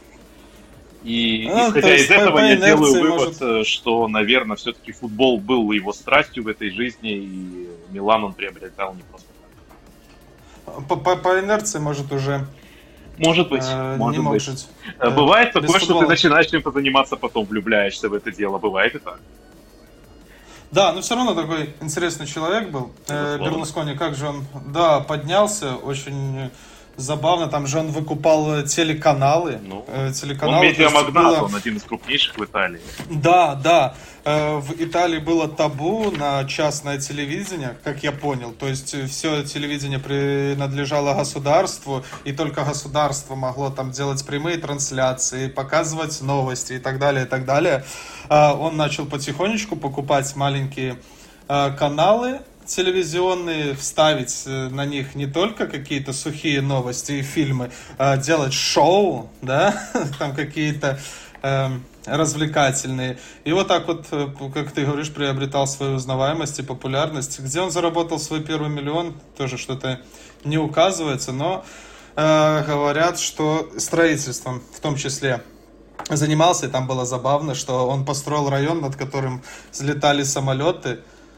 И исходя из этого я делаю вывод, что, наверное, все-таки футбол был его страстью в этой жизни, и Милан он приобретал не просто
так. По инерции, может, уже...
Может быть, может быть. Бывает такое, что ты начинаешь чем-то заниматься, потом влюбляешься в это дело. Бывает и так.
Да, но все равно такой интересный человек был. Берлускони, как же он, поднялся, очень забавно. Там же он выкупал телеканалы.
Он медиамагнат, он один из крупнейших в Италии.
Да. В Италии было табу на частное телевидение, как я понял. То есть все телевидение принадлежало государству, и только государство могло там делать прямые трансляции, показывать новости и так далее, и так далее. Он начал потихонечку покупать маленькие каналы телевизионные, вставить на них не только какие-то сухие новости и фильмы, а делать шоу, да, там какие-то развлекательные. И вот так вот, как ты говоришь, приобретал свою узнаваемость и популярность. Где он заработал свой первый миллион, тоже что-то не указывается, но говорят, что строительством в том числе занимался, и там было забавно, что он построил район, над которым взлетали самолеты.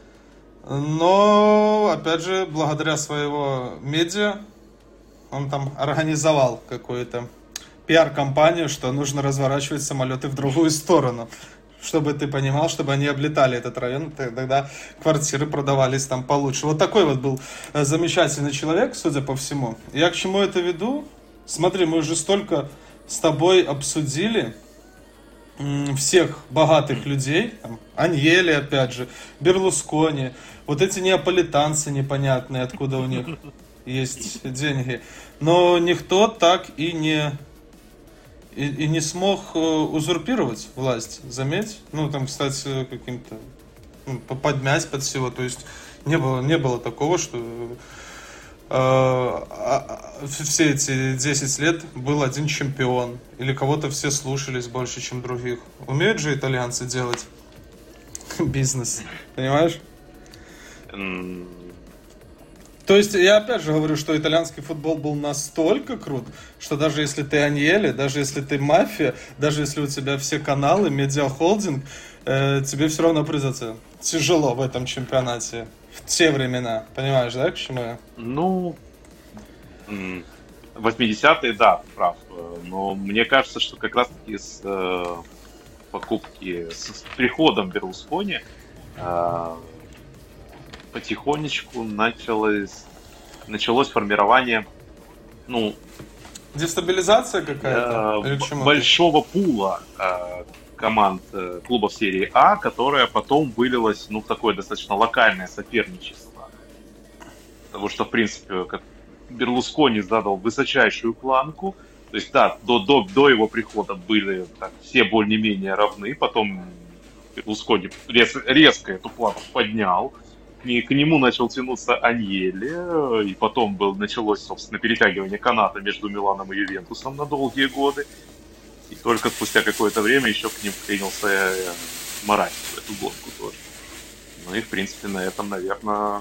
Но, опять же, благодаря своего медиа, он там организовал какую-то пиар-компанию, что нужно разворачивать самолеты в другую сторону. чтобы ты понимал, чтобы они облетали этот район, тогда квартиры продавались там получше. Вот такой вот был замечательный человек, судя по всему. Я к чему это веду? Смотри, мы уже столько с тобой обсудили всех богатых людей, там, Аньели, опять же, Берлускони, вот эти неаполитанцы непонятные, откуда у них есть деньги. Но никто так и не смог узурпировать власть, заметь. Ну, там, кстати, каким-то подмять под всего. То есть не было такого, что все эти 10 лет был один чемпион. Или кого-то все слушались больше, чем других. Умеют же итальянцы делать бизнес, понимаешь? То есть, я опять же говорю, что итальянский футбол был настолько крут, что даже если ты Аньели, даже если ты мафия, даже если у тебя все каналы, медиахолдинг, тебе все равно придется тяжело в этом чемпионате. В те времена. Понимаешь, да, к чему я?
Ну, 80-е, да, ты прав. Но мне кажется, что как раз-таки с покупки, с приходом Берлускони потихонечку началось формирование, ну,
дестабилизация какая-то?
Большого пула команд клубов серии А, которая потом вылилась, ну, в такое достаточно локальное соперничество. Потому что, в принципе, как Берлускони задал высочайшую планку. То есть, да, до его прихода были так, все более-менее равны. Потом Берлускони резко эту планку поднял. К нему начал тянуться Аньели. И потом началось, собственно, перетягивание каната между Миланом и Ювентусом на долгие годы. И только спустя какое-то время еще к ним принялся Маратти в эту гонку тоже. Ну и, в принципе, на этом, наверное,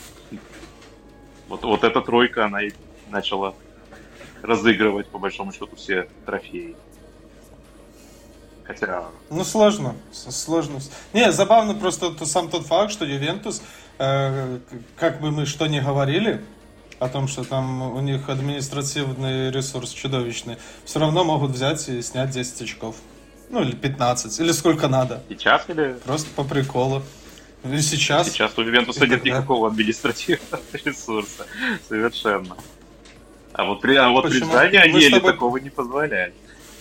вот эта тройка, она и начала разыгрывать, по большому счету, все трофеи. Хотя...
Ну, сложно. Не, забавно просто сам тот факт, что Ювентус, как бы мы что ни говорили, о том, что там у них административный ресурс чудовищный, все равно могут взять и снять 10 очков. Ну, или 15, или сколько надо.
Сейчас или?
Просто по приколу. Или сейчас.
Сейчас у Ювентуса нет никакого административного ресурса. Совершенно. А вот при Зане Аньели такого не позволяет.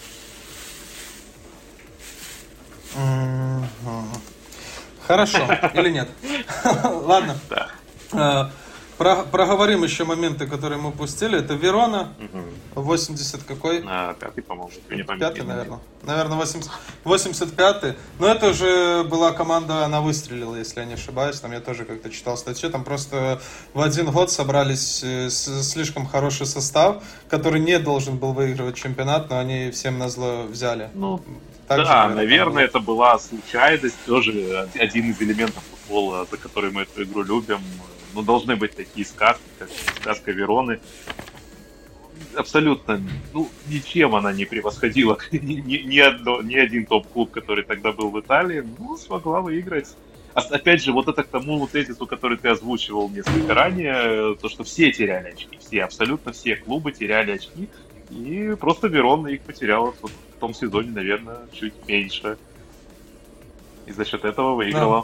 Хорошо. Или нет? Ладно.
Да.
Проговорим еще моменты, которые мы упустили. Это Верона, 80 какой?
5-й, по-моему.
5-й, наверное. Наверное, 85-й. Но это уже была команда, она выстрелила, если я не ошибаюсь. Там я тоже как-то читал статью. Там просто в один год собрались слишком хороший состав, который не должен был выигрывать чемпионат, но они всем назло взяли.
Ну, да, наверное, это была случайность. Тоже один из элементов футбола, за который мы эту игру любим. Ну, должны быть такие сказки, как сказка Вероны. Абсолютно, ну, ничем она не превосходила ни один топ-клуб, который тогда был в Италии, ну, смогла выиграть. Опять же, вот это к тому тезису, который ты озвучивал несколько ранее, то, что все теряли очки, абсолютно все клубы теряли очки, и просто Верона их потеряла в том сезоне, наверное, чуть меньше. И за счет этого выиграла.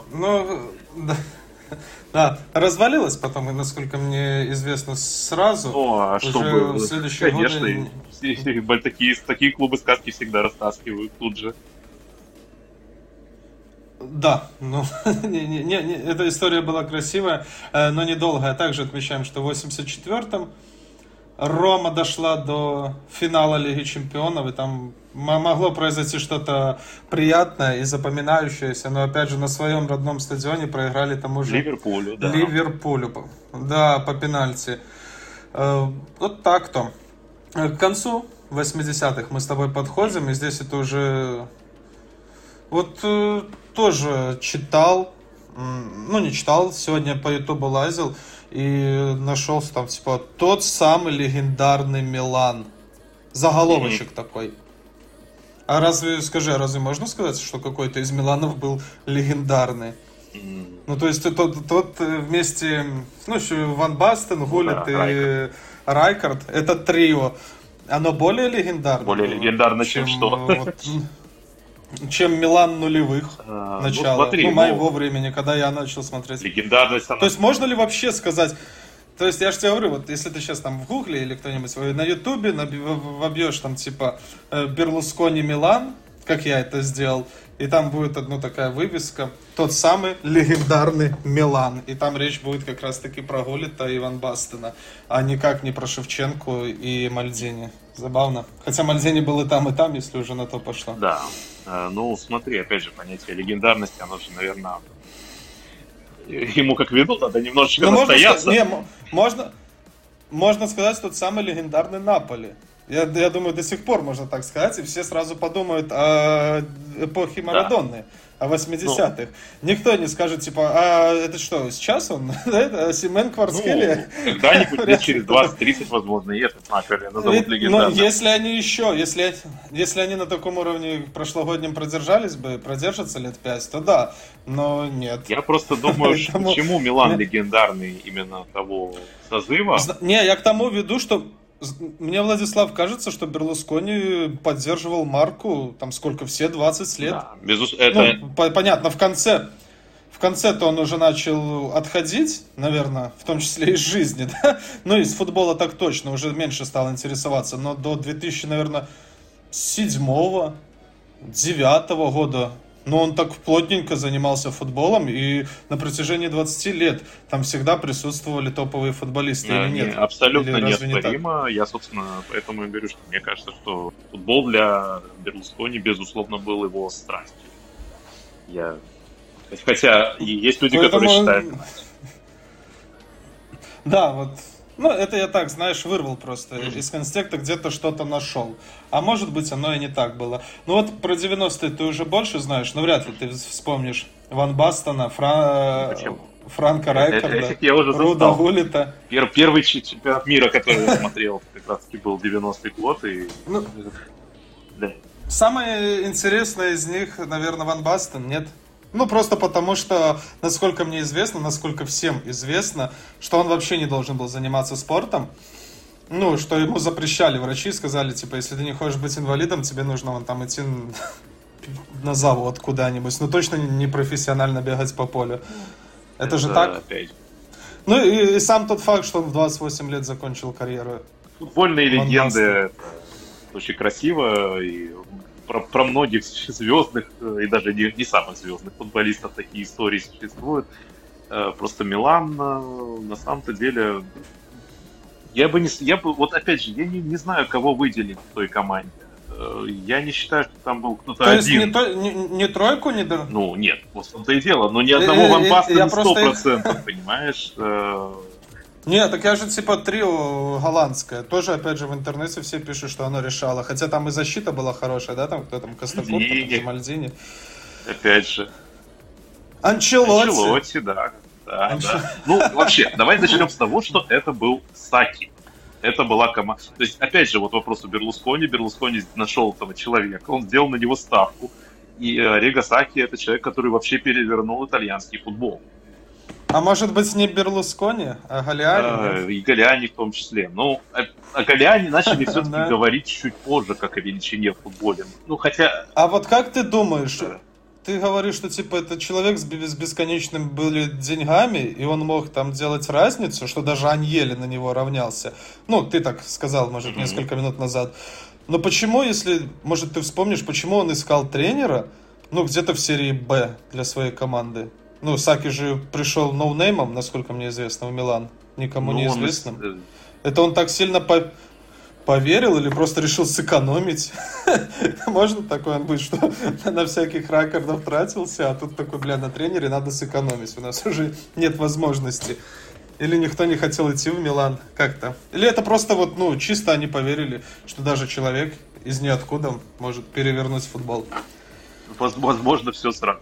Да, развалилась потом, насколько мне известно, сразу.
А что было?
В следующем
Конечно, такие клубы сказки всегда растаскивают тут же.
Да, ну, эта история была красивая, но недолгая. Также отмечаем, что в 84-м Рома дошла до финала Лиги Чемпионов, и там могло произойти что-то приятное и запоминающееся, но опять же на своем родном стадионе проиграли тому же
Ливерпулю, да.
Да, по пенальти. Вот так-то. К концу 80-х мы с тобой подходим, и здесь это уже... Вот тоже читал, ну не читал, сегодня по ютубу лазил, и нашелся там, типа, тот самый легендарный Милан. Заголовочек такой. А разве можно сказать, что какой-то из Миланов был легендарный? Ну, то есть, тот вместе, ну, еще Ван Бастен, Гулlit и Райкард, это трио. Оно более легендарно?
Более легендарно, чем что?
чем Милан нулевых начала.
Смотри,
моего времени, когда я начал смотреть.
Легендарность она...
То есть можно ли вообще сказать... То есть я же тебе говорю, вот если ты сейчас там в Гугле или кто-нибудь на Ютубе вобьешь там типа Берлускони Милан, как я это сделал, и там будет одна такая вывеска, тот самый легендарный Милан. И там речь будет как раз таки про Гулита и Ван Бастена, а никак не про Шевченко и Мальдини. Забавно. Хотя Мальдини был и там, если уже на то пошло.
Да. Ну, смотри, опять же, понятие легендарности, оно же, наверное, ему как вину надо немножечко настояться.
Можно сказать, тот самый легендарный Наполи. Я думаю, до сих пор можно так сказать, и все сразу подумают о эпохе Марадонны, о 80-х. Никто не скажет, типа, а это что, сейчас он? Это Семен Кварцхелия?
Когда-нибудь лет через 20-30, возможно, и этот Наполи назовут легендарным.
Но если они еще, если они на таком уровне прошлогоднем продержатся лет 5, то да, но нет.
Я просто думаю, почему Милан легендарный именно того созыва?
Не, я к тому веду, что мне, Владислав, кажется, что Берлускони поддерживал марку, там сколько, все 20 лет. Да, понятно, в конце-то он уже начал отходить, наверное, в том числе из жизни, да? Ну, из футбола так точно, уже меньше стал интересоваться, но до 2000, наверное, 7-го, 9-го года, но он так плотненько занимался футболом, и на протяжении 20 лет там всегда присутствовали топовые футболисты, или нет?
Абсолютно неоспоримо. Я, собственно, поэтому и говорю, что мне кажется, что футбол для Берлускони, безусловно, был его страстью. Хотя есть люди, которые считают...
Да, вот... Ну, это я так, знаешь, вырвал просто из контекста, где-то что-то нашел. А может быть, оно и не так было. Ну вот про 90-е ты уже больше знаешь, но вряд ли ты вспомнишь Ван Бастена, Франка Райкарда, Руда Гулита.
Первый чемпионат мира, который я смотрел, как раз таки был 90-й год. Да.
Самое интересное из них, наверное, Ван Бастен, нет? Ну, просто потому что, насколько мне известно, насколько всем известно, что он вообще не должен был заниматься спортом. Ну, что ему запрещали врачи, сказали, типа, если ты не хочешь быть инвалидом, тебе нужно вон там идти на завод куда-нибудь. Ну, точно не профессионально бегать по полю. Это же так?
Опять.
Ну, и сам тот факт, что он в 28 лет закончил карьеру.
Футбольные легенды, это очень красиво, и... Про многих звездных и даже не самых звездных футболистов такие истории существуют. Просто Милан, на самом-то деле, вот опять же, я не знаю, кого выделить в той команде. Я не считаю, что там был кто-то один.
То есть не тройку, не...
Ну, нет, вот в том-то и дело. Но ни одного Ван Бастена 100%, понимаешь?
Нет, так я же типа трио голландское. Тоже, опять же, в интернете все пишут, что оно решало. Хотя там и защита была хорошая, да? Там кто там, Костаков, Мальдини.
Опять же.
Анчелотти,
да. Ну, вообще, давай начнем с того, что это был Саки. Это была команда. То есть, опять же, вот вопрос у Берлускони. Берлускони нашел этого человека, он сделал на него ставку. И Риго Саки — это человек, который вообще перевернул итальянский футбол.
А может быть, не Берлускони, а Галиани?
И Галиани в том числе. Ну, о Галиани начали все-таки говорить чуть позже, как о величине в футболе. Ну, хотя...
А вот как ты думаешь, ты говоришь, что типа это человек с бесконечными были деньгами, и он мог там делать разницу, что даже Аньели на него равнялся. Ну, ты так сказал, может, несколько минут назад. Но почему, если, может, ты вспомнишь, почему он искал тренера, ну, где-то в серии Б для своей команды? Ну, Саки же пришел ноунеймом, насколько мне известно, в Милан. Никому неизвестным. Это он так сильно поверил или просто решил сэкономить? Можно такое быть, что на всяких ракордов тратился, а тут такой, на тренере надо сэкономить. У нас уже нет возможности. Или никто не хотел идти в Милан как-то. Или это просто вот, чисто они поверили, что даже человек из ниоткуда может перевернуть футбол.
Возможно, все сразу.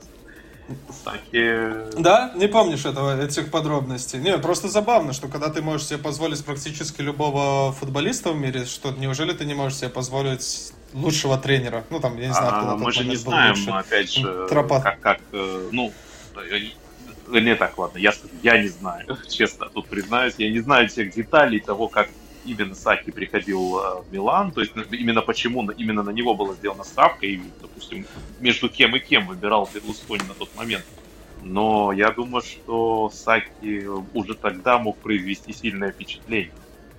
Да? Не помнишь этих подробностей? Не, просто забавно, что когда ты можешь себе позволить практически любого футболиста в мире, что неужели ты не можешь себе позволить лучшего тренера? Ну, там, я не знаю, кто
мы же не знаем, опять же, не так, ладно, я не знаю, честно, тут признаюсь, я не знаю всех деталей того, как именно Саки приходил в Милан, то есть именно почему именно на него была сделана ставка, и, допустим, между кем и кем выбирал Берлускони на тот момент. Но я думаю, что Саки уже тогда мог произвести сильное впечатление.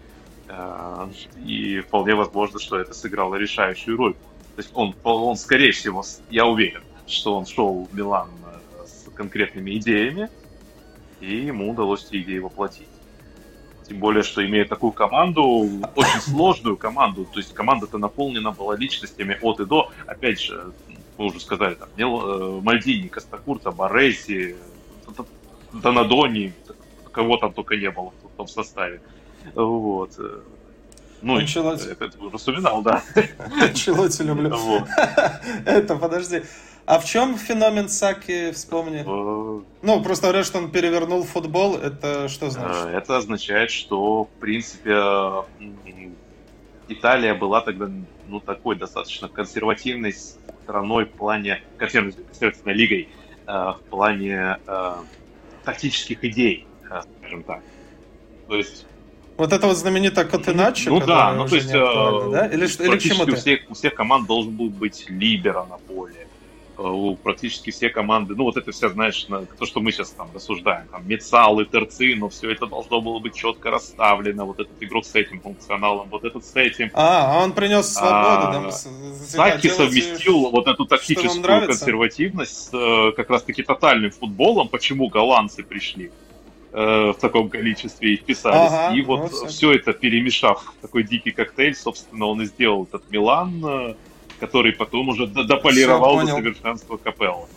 И вполне возможно, что это сыграло решающую роль. То есть он, скорее всего, я уверен, что он шел в Милан с конкретными идеями, и ему удалось эти идеи воплотить. Тем более, что имея такую команду, очень сложную команду, то есть команда-то наполнена была личностями от и до. Опять же, мы уже сказали, там, Мальдини, Костакурта, Бареси, Донадони, кого там только не было в том составе. Вот. Ну, это уже вспоминал, да.
Анчелотти люблю. Это, подожди. А в чем феномен Саки, вспомни? Ну, просто говорят, что он перевернул футбол. Это что значит?
Это означает, что, в принципе, Италия была тогда, ну, такой достаточно консервативной страной в плане, консервативной лигой, в плане тактических идей, скажем так. То есть...
Вот это вот знаменитая Котеначчо,
ну да, ну то есть
да? Или к чему
у всех команд должен был быть либеро на поле. Практически все команды, ну вот это все, знаешь, то, что мы сейчас там рассуждаем, там Мецалы, Терцы, но все это должно было быть четко расставлено, вот этот игрок с этим функционалом, вот этот с этим.
А он принес свободу.
Саки совместил вот эту тактическую консервативность с как раз-таки тотальным футболом, почему голландцы пришли в таком количестве и вписались. И вот все это перемешав в такой дикий коктейль, собственно, он и сделал этот Милан, который потом уже дополировал до совершенства Капелло.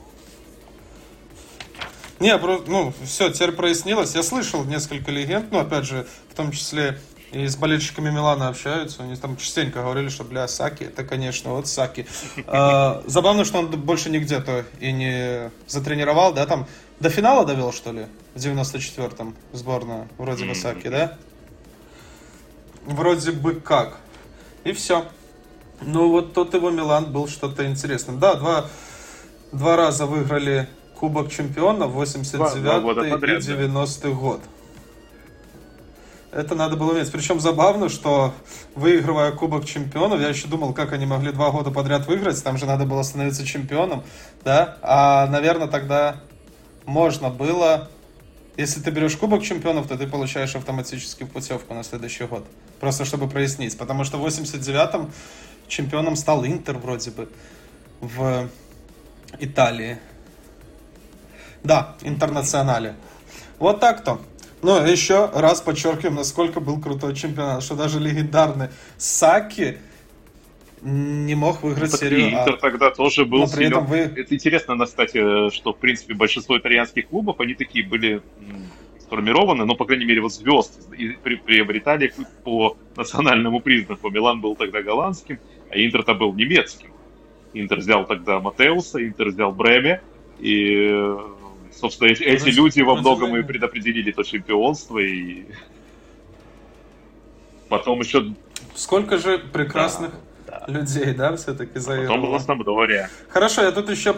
Не, ну, все, теперь прояснилось. Я слышал несколько легенд, ну, опять же, в том числе и с болельщиками Милана общаются. Они там частенько говорили, что, бля, Саки, это, конечно, вот Саки. Забавно, что он больше нигде-то и не затренировал, да, там до финала довел, что ли, в 94-м сборную, вроде бы Саки, да? Вроде бы как. И все. Ну, вот тот его Милан был что-то интересным. Да, два раза выиграли Кубок Чемпионов, 89-й и 90-й год. Это надо было иметь. Причем забавно, что выигрывая Кубок Чемпионов, я еще думал, как они могли 2 года подряд выиграть, там же надо было становиться чемпионом, да? А, наверное, тогда можно было... Если ты берешь Кубок Чемпионов, то ты получаешь автоматически путевку на следующий год. Просто чтобы прояснить. Потому что в 89-м чемпионом стал Интер вроде бы в Италии. Да, Интернационале. Вот так-то. Но еще раз подчеркиваем, насколько был крутой чемпионат. Что даже легендарный Саки не мог выиграть серию А.
Интер тогда тоже был силен. Это интересно, кстати, что в принципе большинство итальянских клубов, они такие были сформированы, но, по крайней мере, вот звезд и приобретали их по национальному признаку. Милан был тогда голландским, а Интер-то был немецким. Интер взял тогда Матеуса, Интер взял Бреме, и, собственно, эти люди во многом и предопределили то чемпионство, и потом еще...
Сколько же прекрасных людей, да, все-таки заиграло.
Потом была Сампдория.
Хорошо, я тут еще...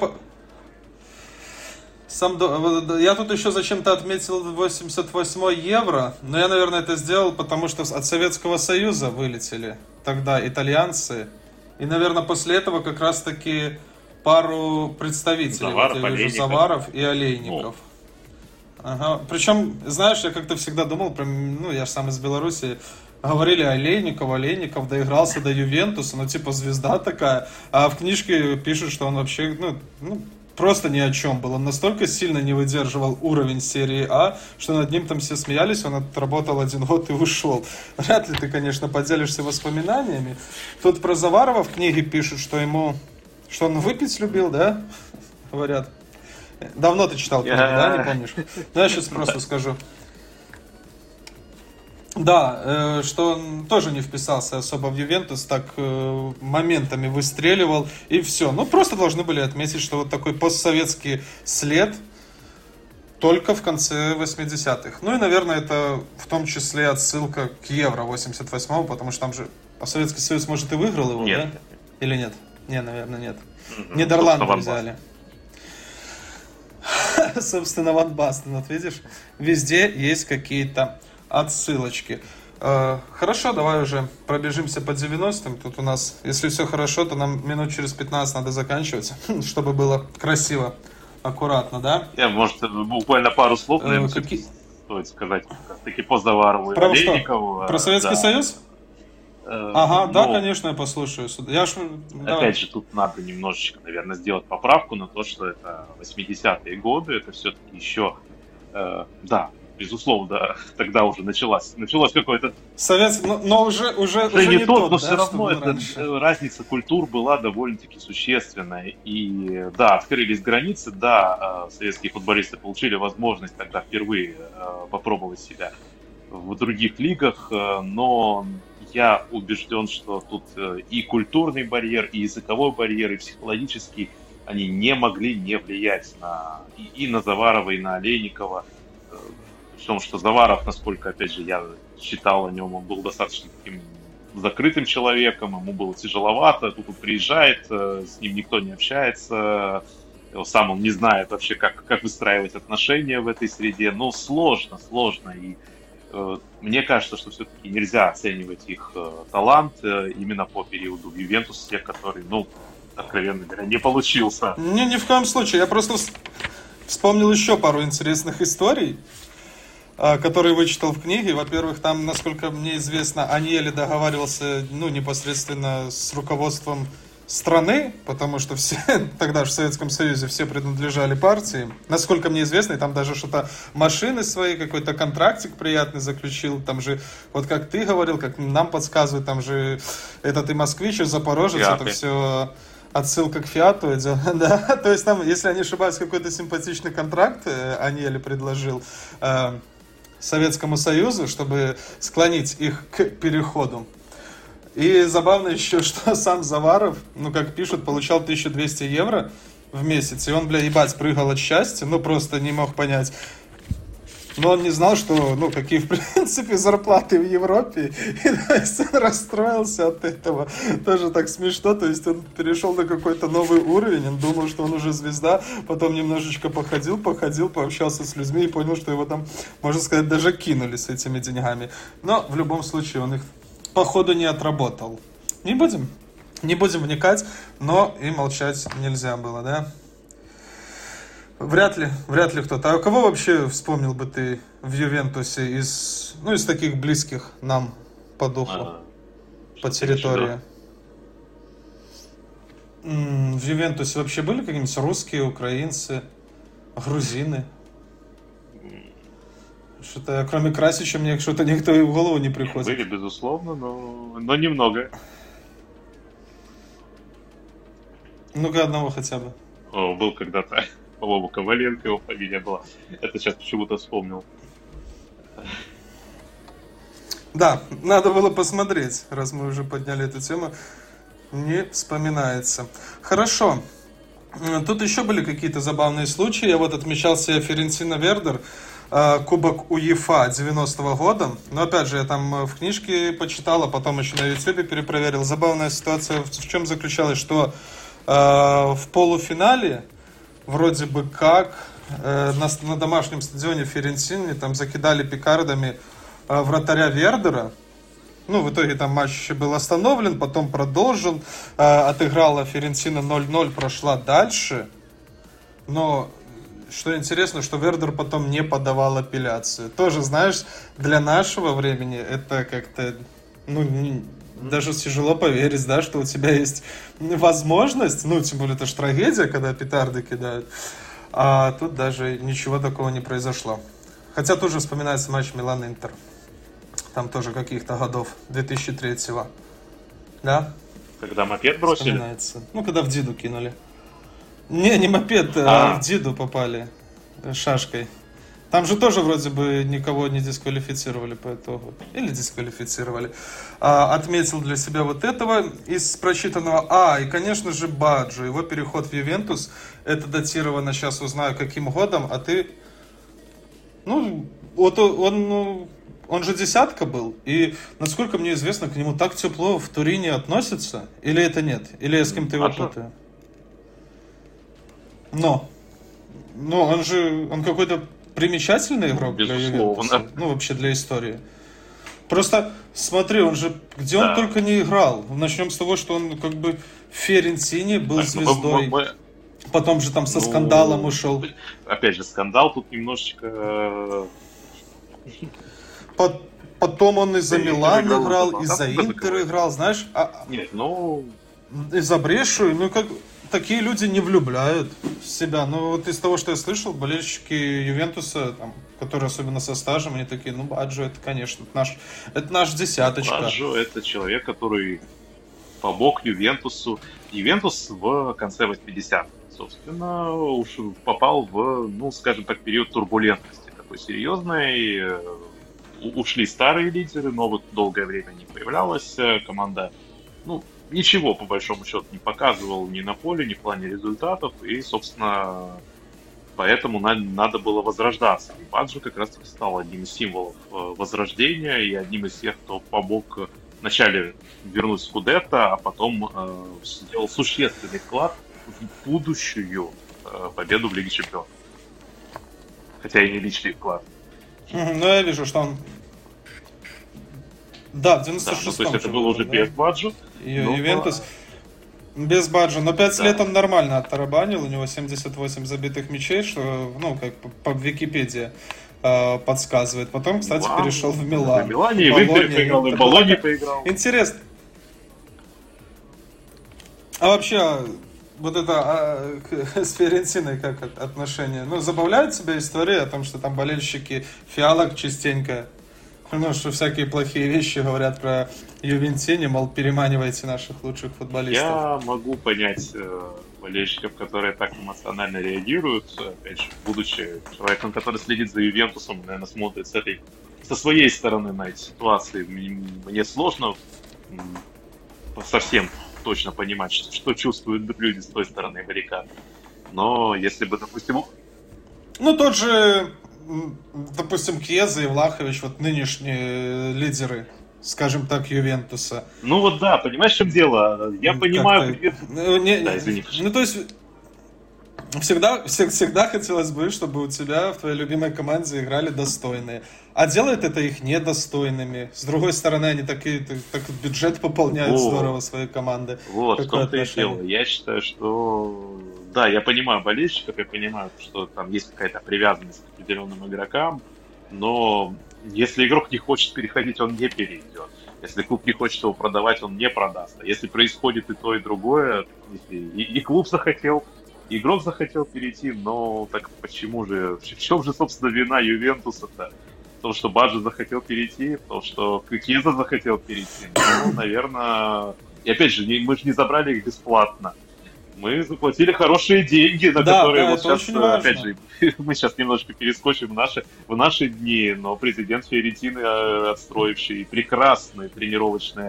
Я тут еще зачем-то отметил 88 евро, но я, наверное, это сделал, потому что от Советского Союза вылетели тогда итальянцы. И, наверное, после этого как раз-таки пару представителей.
Заваров,
вот я вижу Заваров и Олейников. Ага. Причем, знаешь, я как-то всегда думал, ну, я же сам из Беларуси, говорили Олейников доигрался до Ювентуса, ну, типа, звезда такая. А в книжке пишут, что он вообще, ну просто ни о чем был. Он настолько сильно не выдерживал уровень серии А, что над ним там все смеялись, он отработал 1 год и ушел. Вряд ли ты, конечно, поделишься воспоминаниями. Тут про Заварова в книге пишут, что он выпить любил, да? Говорят. Давно ты читал книгу, да? Не помнишь? Ну, я сейчас просто скажу. Да, что он тоже не вписался особо в Ювентус, так моментами выстреливал и все. Ну, просто должны были отметить, что вот такой постсоветский след только в конце 80-х. Ну и, наверное, это в том числе отсылка к Евро 88-му, потому что там же Советский Союз, может, и выиграл его,
нет.
Да? Или нет? Не, наверное, нет. Нидерланды взяли. Собственно, Ван Бастен, вот видишь, везде есть какие-то отсылочки. Хорошо, давай уже пробежимся по 90-м. Тут у нас, если все хорошо, то нам минут через 15 надо заканчивать, чтобы было красиво, аккуратно, да?
Может, буквально пару слов, наверное, стоит сказать, как-таки по Заварову и Олейникову.
Про Советский Союз? Ага, да, конечно, я послушаю.
Опять же, тут надо немножечко, наверное, сделать поправку на то, что это 80-е годы, это все-таки еще, да, безусловно, тогда уже началось какое-то...
Советский, но уже
не тот, но все равно разница культур была довольно-таки существенная. И да, открылись границы, да, советские футболисты получили возможность тогда впервые попробовать себя в других лигах, но я убежден, что тут и культурный барьер, и языковой барьер, и психологический, они не могли не влиять и на Заварова, и на Олейникова. В том, что Заваров, насколько, опять же, я читал о нем, он был достаточно таким закрытым человеком, ему было тяжеловато, тут он приезжает, с ним никто не общается, сам он не знает вообще, как выстраивать отношения в этой среде, но сложно, и мне кажется, что все-таки нельзя оценивать их талант именно по периоду в Ювентусе, который, откровенно говоря, не получился.
Ни в коем случае. Я просто вспомнил еще пару интересных историй, которые вычитал в книге. Во-первых, там, насколько мне известно, Аньелли договаривался непосредственно с руководством страны, потому что все тогда в Советском Союзе все принадлежали партии. Насколько мне известно, и там даже что-то машины свои, какой-то контрактик приятный заключил. Там же, вот как ты говорил, как нам подсказывают, там же этот и москвич, и запорожец, это все отсылка к Фиату идет. Да? То есть там, если я не ошибаюсь, какой-то симпатичный контракт Аньелли предложил Советскому Союзу, чтобы склонить их к переходу. И забавно еще, что сам Заваров, как пишут, получал 1200 евро в месяц, и он, ебать, прыгал от счастья, просто не мог понять. Но он не знал, что, какие, в принципе, зарплаты в Европе, и то есть он расстроился от этого. Тоже так смешно, то есть он перешел на какой-то новый уровень, он думал, что он уже звезда, потом немножечко походил, пообщался с людьми и понял, что его там, можно сказать, даже кинули с этими деньгами. Но в любом случае он их походу не отработал. Не будем вникать, но и молчать нельзя было, да? Вряд ли кто-то. А кого вообще вспомнил бы ты в Ювентусе из таких близких нам по духу, по территории? В Ювентусе вообще были какие-нибудь русские, украинцы, грузины? Что-то, кроме Красича, мне что-то никто и в голову не приходит.
Были, безусловно, но немного.
Ну-ка, одного хотя бы.
Был когда-то, по-моему, Коваленко, его фамилия была. Это сейчас почему-то вспомнил.
Да, надо было посмотреть, раз мы уже подняли эту тему. Не вспоминается. Хорошо. Тут еще были какие-то забавные случаи. Я отмечал себе Фиорентина-Вердер. Кубок УЕФА 90-го года. Но опять же, я там в книжке почитал, а потом еще на ютубе перепроверил. Забавная ситуация в чем заключалась, что в полуфинале вроде бы как на домашнем стадионе Фиорентины там закидали пикардами вратаря Вердера. В итоге там матч еще был остановлен, потом продолжен. Отыграла Фиорентина 0-0, прошла дальше. Но что интересно, что Вердер потом не подавал апелляцию. Тоже, знаешь, для нашего времени это как-то, даже тяжело поверить, да, что у тебя есть возможность, тем более это же трагедия, когда петарды кидают. А тут даже ничего такого не произошло. Хотя тоже вспоминается матч Милан-Интер. Там тоже каких-то годов, 2003-го. Да?
Когда мопед бросили?
Вспоминается. Когда в Диду кинули. Не мопед, в Диду попали шашкой. Там же тоже вроде бы никого не дисквалифицировали по итогу. Или дисквалифицировали. Отметил для себя этого из прочитанного. И, конечно же, Баджо. Его переход в Ювентус. Это датировано, сейчас узнаю, каким годом. А ты... Он же десятка был. И, насколько мне известно, к нему так тепло в Турине относятся. Или это нет? Или я с кем-то его путаю? Но он какой-то примечательный игрок для Ювентуса. Вообще для истории. Просто смотри, он же, где он только не играл. Начнем с того, что он как бы в Фиорентине был так, звездой. Потом же там со скандалом ушел.
Опять же, скандал тут немножечко...
Потом он и за Милан играл, и за Интер играл, знаешь?
Нет, ну...
И за Брешу, ну как... Такие люди не влюбляют в себя. Ну вот из того, что я слышал, болельщики Ювентуса, там, которые особенно со стажем, они такие, ну Баджо, это, конечно, это наш десяточка.
Баджо — это человек, который помог Ювентусу. Ювентус в конце 80-х, собственно, уж попал в, ну, скажем так, период турбулентности такой серьезной. Ушли старые лидеры, новых долгое время не появлялась. Команда, ну, ничего, по большому счету, не показывал ни на поле, ни в плане результатов. И, собственно, поэтому надо было возрождаться. И Баджо как раз-таки стал одним из символов возрождения и одним из тех, кто помог вначале вернуть Скудетто, а потом сделал существенный вклад в будущую победу в Лиге Чемпионов. Хотя и не личный вклад.
Ну, я вижу, что он... Да, в 96-м.
Да, ну, то есть это было уже без Баджо.
Ювентус без Баджо. Но 5 лет он нормально оттарабанил. У него 78 забитых мячей, что, ну, как по Википедии подсказывает. Потом, кстати, перешел в Милан.
В Милане и в Интере поиграл, и в Болонье поиграл.
Интересно. А вообще, вот это с Фиорентиной как отношение? Ну, забавляет тебя история о том, что там болельщики фиалок частенько, ну, что всякие плохие вещи говорят про Ювентини, мол, переманивайте наших лучших футболистов.
Я могу понять болельщиков, которые так эмоционально реагируют. Опять же, будучи человеком, который следит за Ювентусом, наверное, смотрит со своей стороны на эти ситуации. Мне сложно совсем точно понимать, что чувствуют люди с той стороны баррикады. Но если бы, допустим...
Ну, тот же, допустим, Кьеза и Влахович, вот нынешние лидеры, скажем так, Ювентуса.
Ну вот да, понимаешь, в чем дело? Я понимаю...
Да, извини. Ну, то есть... Всегда хотелось бы, чтобы у тебя в твоей любимой команде играли достойные. А делает это их недостойными. С другой стороны, они так бюджет пополняют здорово своей команды.
Вот, в том-то и дело. Я считаю, что... Да, я понимаю болельщиков, я понимаю, что там есть какая-то привязанность к определенным игрокам, но если игрок не хочет переходить, он не перейдет. Если клуб не хочет его продавать, он не продаст. А если происходит и то, и другое, и клуб захотел, игрок захотел перейти, но так почему же, в чем же, собственно, вина Ювентуса-то? В том, что Баджо захотел перейти, в том, что Кьеза захотел перейти. Ну, наверное... И опять же, мы же не забрали их бесплатно. Мы заплатили хорошие деньги, на которые вот сейчас, опять же, мы сейчас немножко перескочим в наши дни, но президент Фиорентины, отстроивший прекрасные тренировочные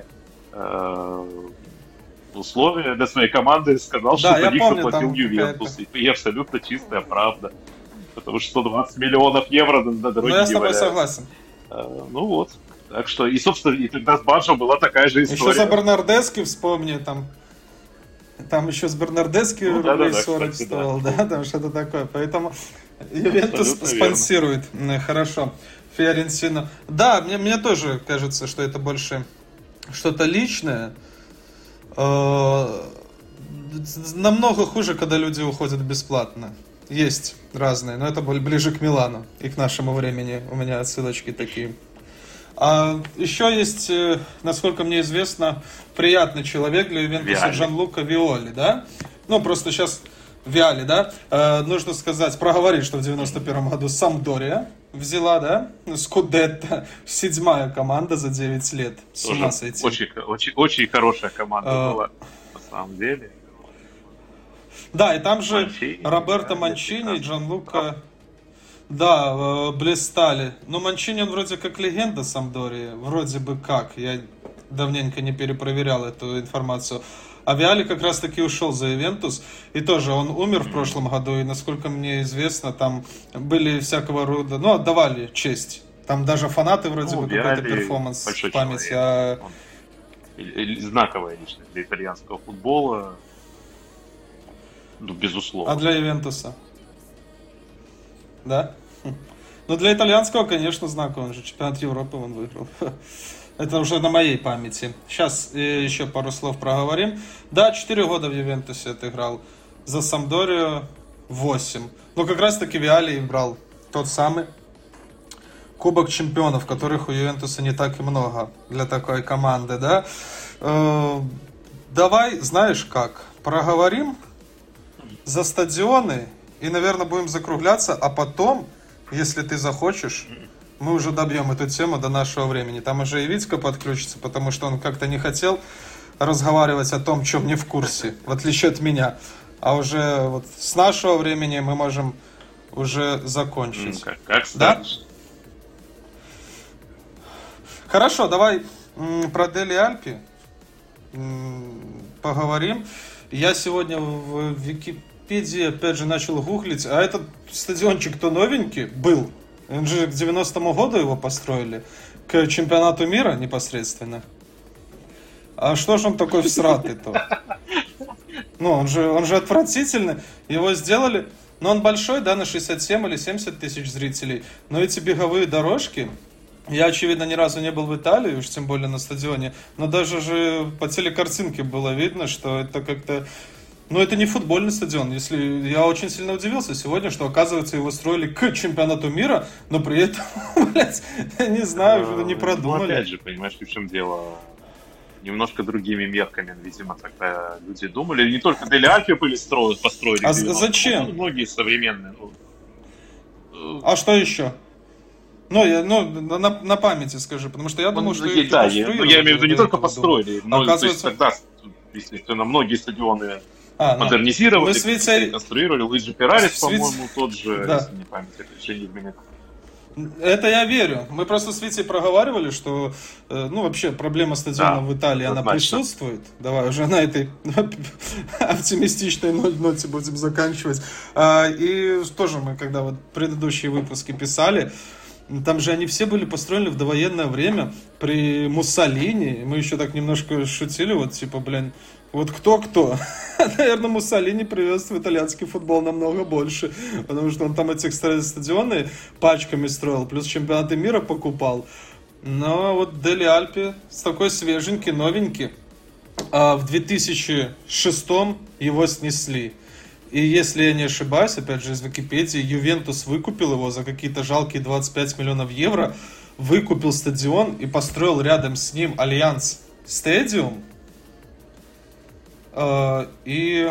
условия для своей команды, сказал, что за них заплатил Ювентус. И абсолютно чистая правда. Потому что 120 миллионов евро на дороге не валяются.
Ну, я с тобой согласен.
Ну вот. Так что, и, собственно, и тогда с Баджо была такая же история.
Еще за Бернардески вспомни, там еще с Бернардески рублей 40 стоил, да, там что-то такое. Поэтому Ювентус спонсирует хорошо Фиорентину. Да, мне тоже кажется, что это больше что-то личное. Намного хуже, когда люди уходят бесплатно. Есть разные, но это ближе к Милану и к нашему времени. У меня отсылочки такие. А еще есть, насколько мне известно, приятный человек для Ювентуса Джанлука Виоли, да? Ну, просто сейчас Виоли, да? Нужно сказать, проговорить, что в 91 году Сампдория взяла, да? Скудетто, 7-я команда за 9 лет. С ума сойти.
Очень хорошая команда была, на самом деле.
Да, и там же Роберто Манчини и Джанлука... Да, блистали. Но Манчини, он вроде как легенда Сампдории. Вроде бы как. Я давненько не перепроверял эту информацию. А Виоли как раз таки ушел за Ювентус. И тоже он умер в прошлом году. И насколько мне известно, там были всякого рода... Ну, отдавали честь. Там даже фанаты вроде бы какой-то перформанс в память о...
Знаковая личность для итальянского футбола. Ну, безусловно.
А для Ювентуса? Да? Но для итальянского, конечно, знаково. Он же чемпионат Европы он выиграл. Это уже на моей памяти. Сейчас еще пару слов проговорим. Да, 4 года в Ювентусе отыграл. За Самдорию 8. Но как раз таки Виалий брал тот самый Кубок чемпионов, которых у Ювентуса не так и много для такой команды, да? Давай, знаешь как, проговорим за стадионы и, наверное, будем закругляться, а потом, если ты захочешь, мы уже добьем эту тему до нашего времени. Там уже и Витька подключится, потому что он как-то не хотел разговаривать о том, чем не в курсе, в отличие от меня. А уже вот с нашего времени мы можем уже закончить.
Как да?
Хорошо, давай про Дели Альпи поговорим. Я сегодня в Википедии опять же начал гуглить, а этот стадиончик-то новенький был. Он же к 90-му году его построили, к чемпионату мира непосредственно. А что же он такой всратый-то? Ну, он же отвратительный. Его сделали, но он большой, да, на 67 или 70 тысяч зрителей. Но эти беговые дорожки, я, очевидно, ни разу не был в Италии, уж тем более на стадионе, но даже же по телекартинке было видно, что это как-то... Но это не футбольный стадион. Я очень сильно удивился сегодня, что, оказывается, его строили к чемпионату мира, но при этом, блядь, не знаю, что не продумали.
Ну, опять же, понимаешь, в чем дело? Немножко другими мерками, видимо, тогда люди думали. Не только Дели Альпи были построили.
А зачем?
Многие современные.
А что еще? На памяти скажи, потому что я думал, что их
построили. Я имею в виду не только построили, но оказывается... тогда, естественно, многие стадионы модернизировали, реконструировали. Луиджи Перарес, по-моему, тот же, да. Если не память, решение изменит.
Это я верю. Мы просто с Витей проговаривали, что вообще проблема стадиона в Италии, она присутствует. Давай уже на этой оптимистичной ноте будем заканчивать. И тоже мы, когда вот предыдущие выпуски писали, там же они все были построены в довоенное время при Муссолини. Мы еще так немножко шутили, вот типа, вот кто-кто. Наверное, Муссолини привез в итальянский футбол намного больше, потому что он там этих стадионы пачками строил, плюс чемпионаты мира покупал. Но вот Дели Альпи такой свеженький, новенький. В 2006 его снесли. И если я не ошибаюсь, опять же из Википедии, Ювентус выкупил его за какие-то жалкие 25 миллионов евро, выкупил стадион и построил рядом с ним Альянс Стадиум. И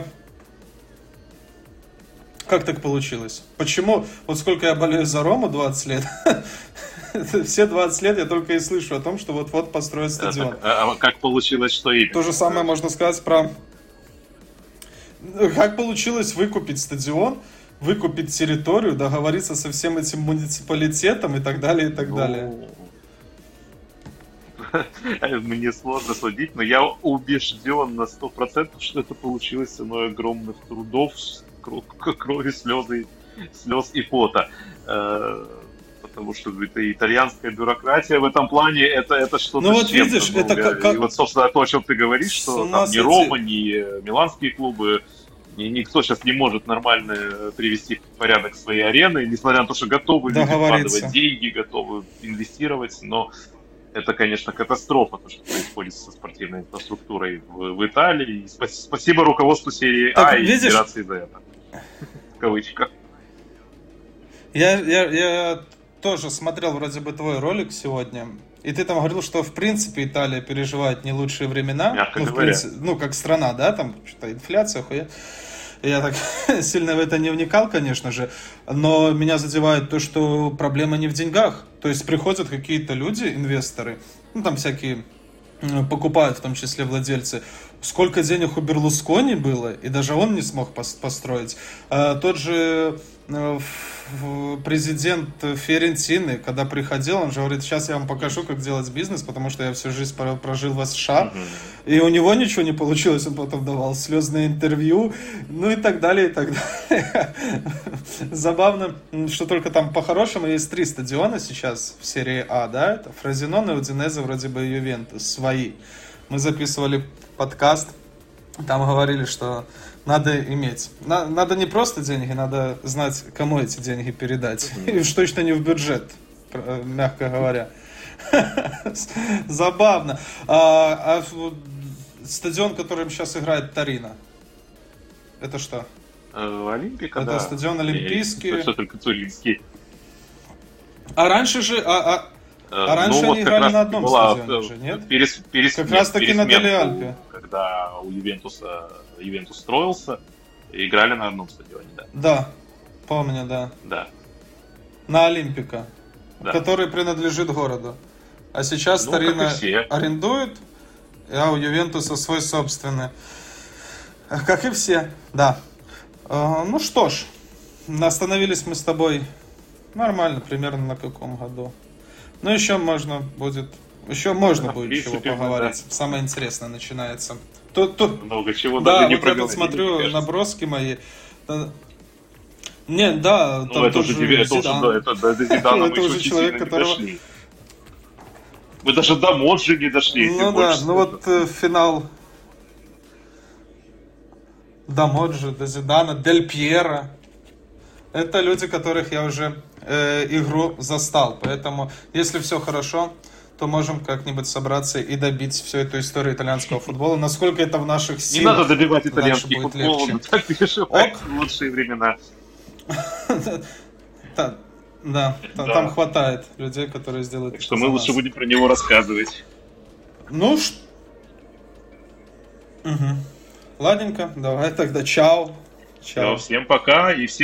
как так получилось? Почему? Вот сколько я болею за Рому, 20 лет, все 20 лет я только и слышу о том, что вот-вот построят стадион.
А как получилось, что именно?
То же самое можно сказать про... Как получилось выкупить стадион, выкупить территорию, договориться со всем этим муниципалитетом и так далее, и так далее.
Мне сложно судить, но я убежден на 100%, что это получилось ценой огромных трудов, крови, слез и пота. Потому что это итальянская бюрократия в этом плане, это что-то.
Ну вот видишь, это как...
И вот, собственно, то, о чем ты говоришь, что там ни Рома, ни миланские клубы, никто сейчас не может нормально привести в порядок свои арены, несмотря на то, что готовы люди вкладывать деньги, готовы инвестировать, но это, конечно, катастрофа, то, что происходит со спортивной инфраструктурой в Италии. И спасибо руководству серии А и Федерации за это. В кавычках.
Я тоже смотрел вроде бы твой ролик сегодня, и ты там говорил, что в принципе Италия переживает не лучшие времена.
Мягко говоря.
Как страна, да, там что-то инфляция, хуя. Я так сильно в это не вникал, конечно же, но меня задевает то, что проблема не в деньгах. То есть приходят какие-то люди, инвесторы, там всякие покупают, в том числе владельцы. Сколько денег у Берлускони было, и даже он не смог построить. Тот же президент Фиорентины, когда приходил, он же говорит, сейчас я вам покажу, как делать бизнес, потому что я всю жизнь прожил в США, и у него ничего не получилось, он потом давал слезное интервью, ну и так далее, и так далее. Забавно, что только там по-хорошему есть 3 стадиона сейчас в серии А, да, это Фрозиноне, Удинезе, вроде бы Ювентус, свои. Мы записывали подкаст Там говорили, что надо иметь. Надо не просто деньги, надо знать, кому эти деньги передать. И уж точно не в бюджет, мягко говоря. Забавно. Стадион, которым сейчас играет Торино, это что?
Олимпика,
это
да.
Стадион Олимпийский.
Что только Туринский.
А раньше же... раньше они играли на одном стадионе же, нет?
Как
раз таки на Деле-Альпе.
Когда у Ювентус строился, играли на одном стадионе, да.
Да, помню, да.
Да.
На Олимпика, да. Который принадлежит городу. А сейчас Торино арендует, а у Ювентуса свой собственный. Как и все, да. Ну что ж, остановились мы с тобой нормально, примерно на каком году. Ну еще можно будет чего поговорить. Да. Самое интересное начинается.
Много чего
да,
даже не
вот я тут смотрю наброски мои. Нет, да,
там это тоже Зидан. Это до Зидана мы
уже человек, которого...
Мы даже до Моджи не дошли.
Ну да, ну вот финал до Моджи, до Зидана, Дель Пьеро. Это люди, которых я уже игру застал. Поэтому, если все хорошо, то можем как-нибудь собраться и добить всю эту историю итальянского футбола. Насколько это в наших силах.
Не надо добивать итальянский футбол. Так переживать в лучшие времена.
Да, там хватает людей, которые сделают это.
Так что мы лучше будем про него рассказывать.
Ну, ладненько, давай тогда чао.
Всем пока и всем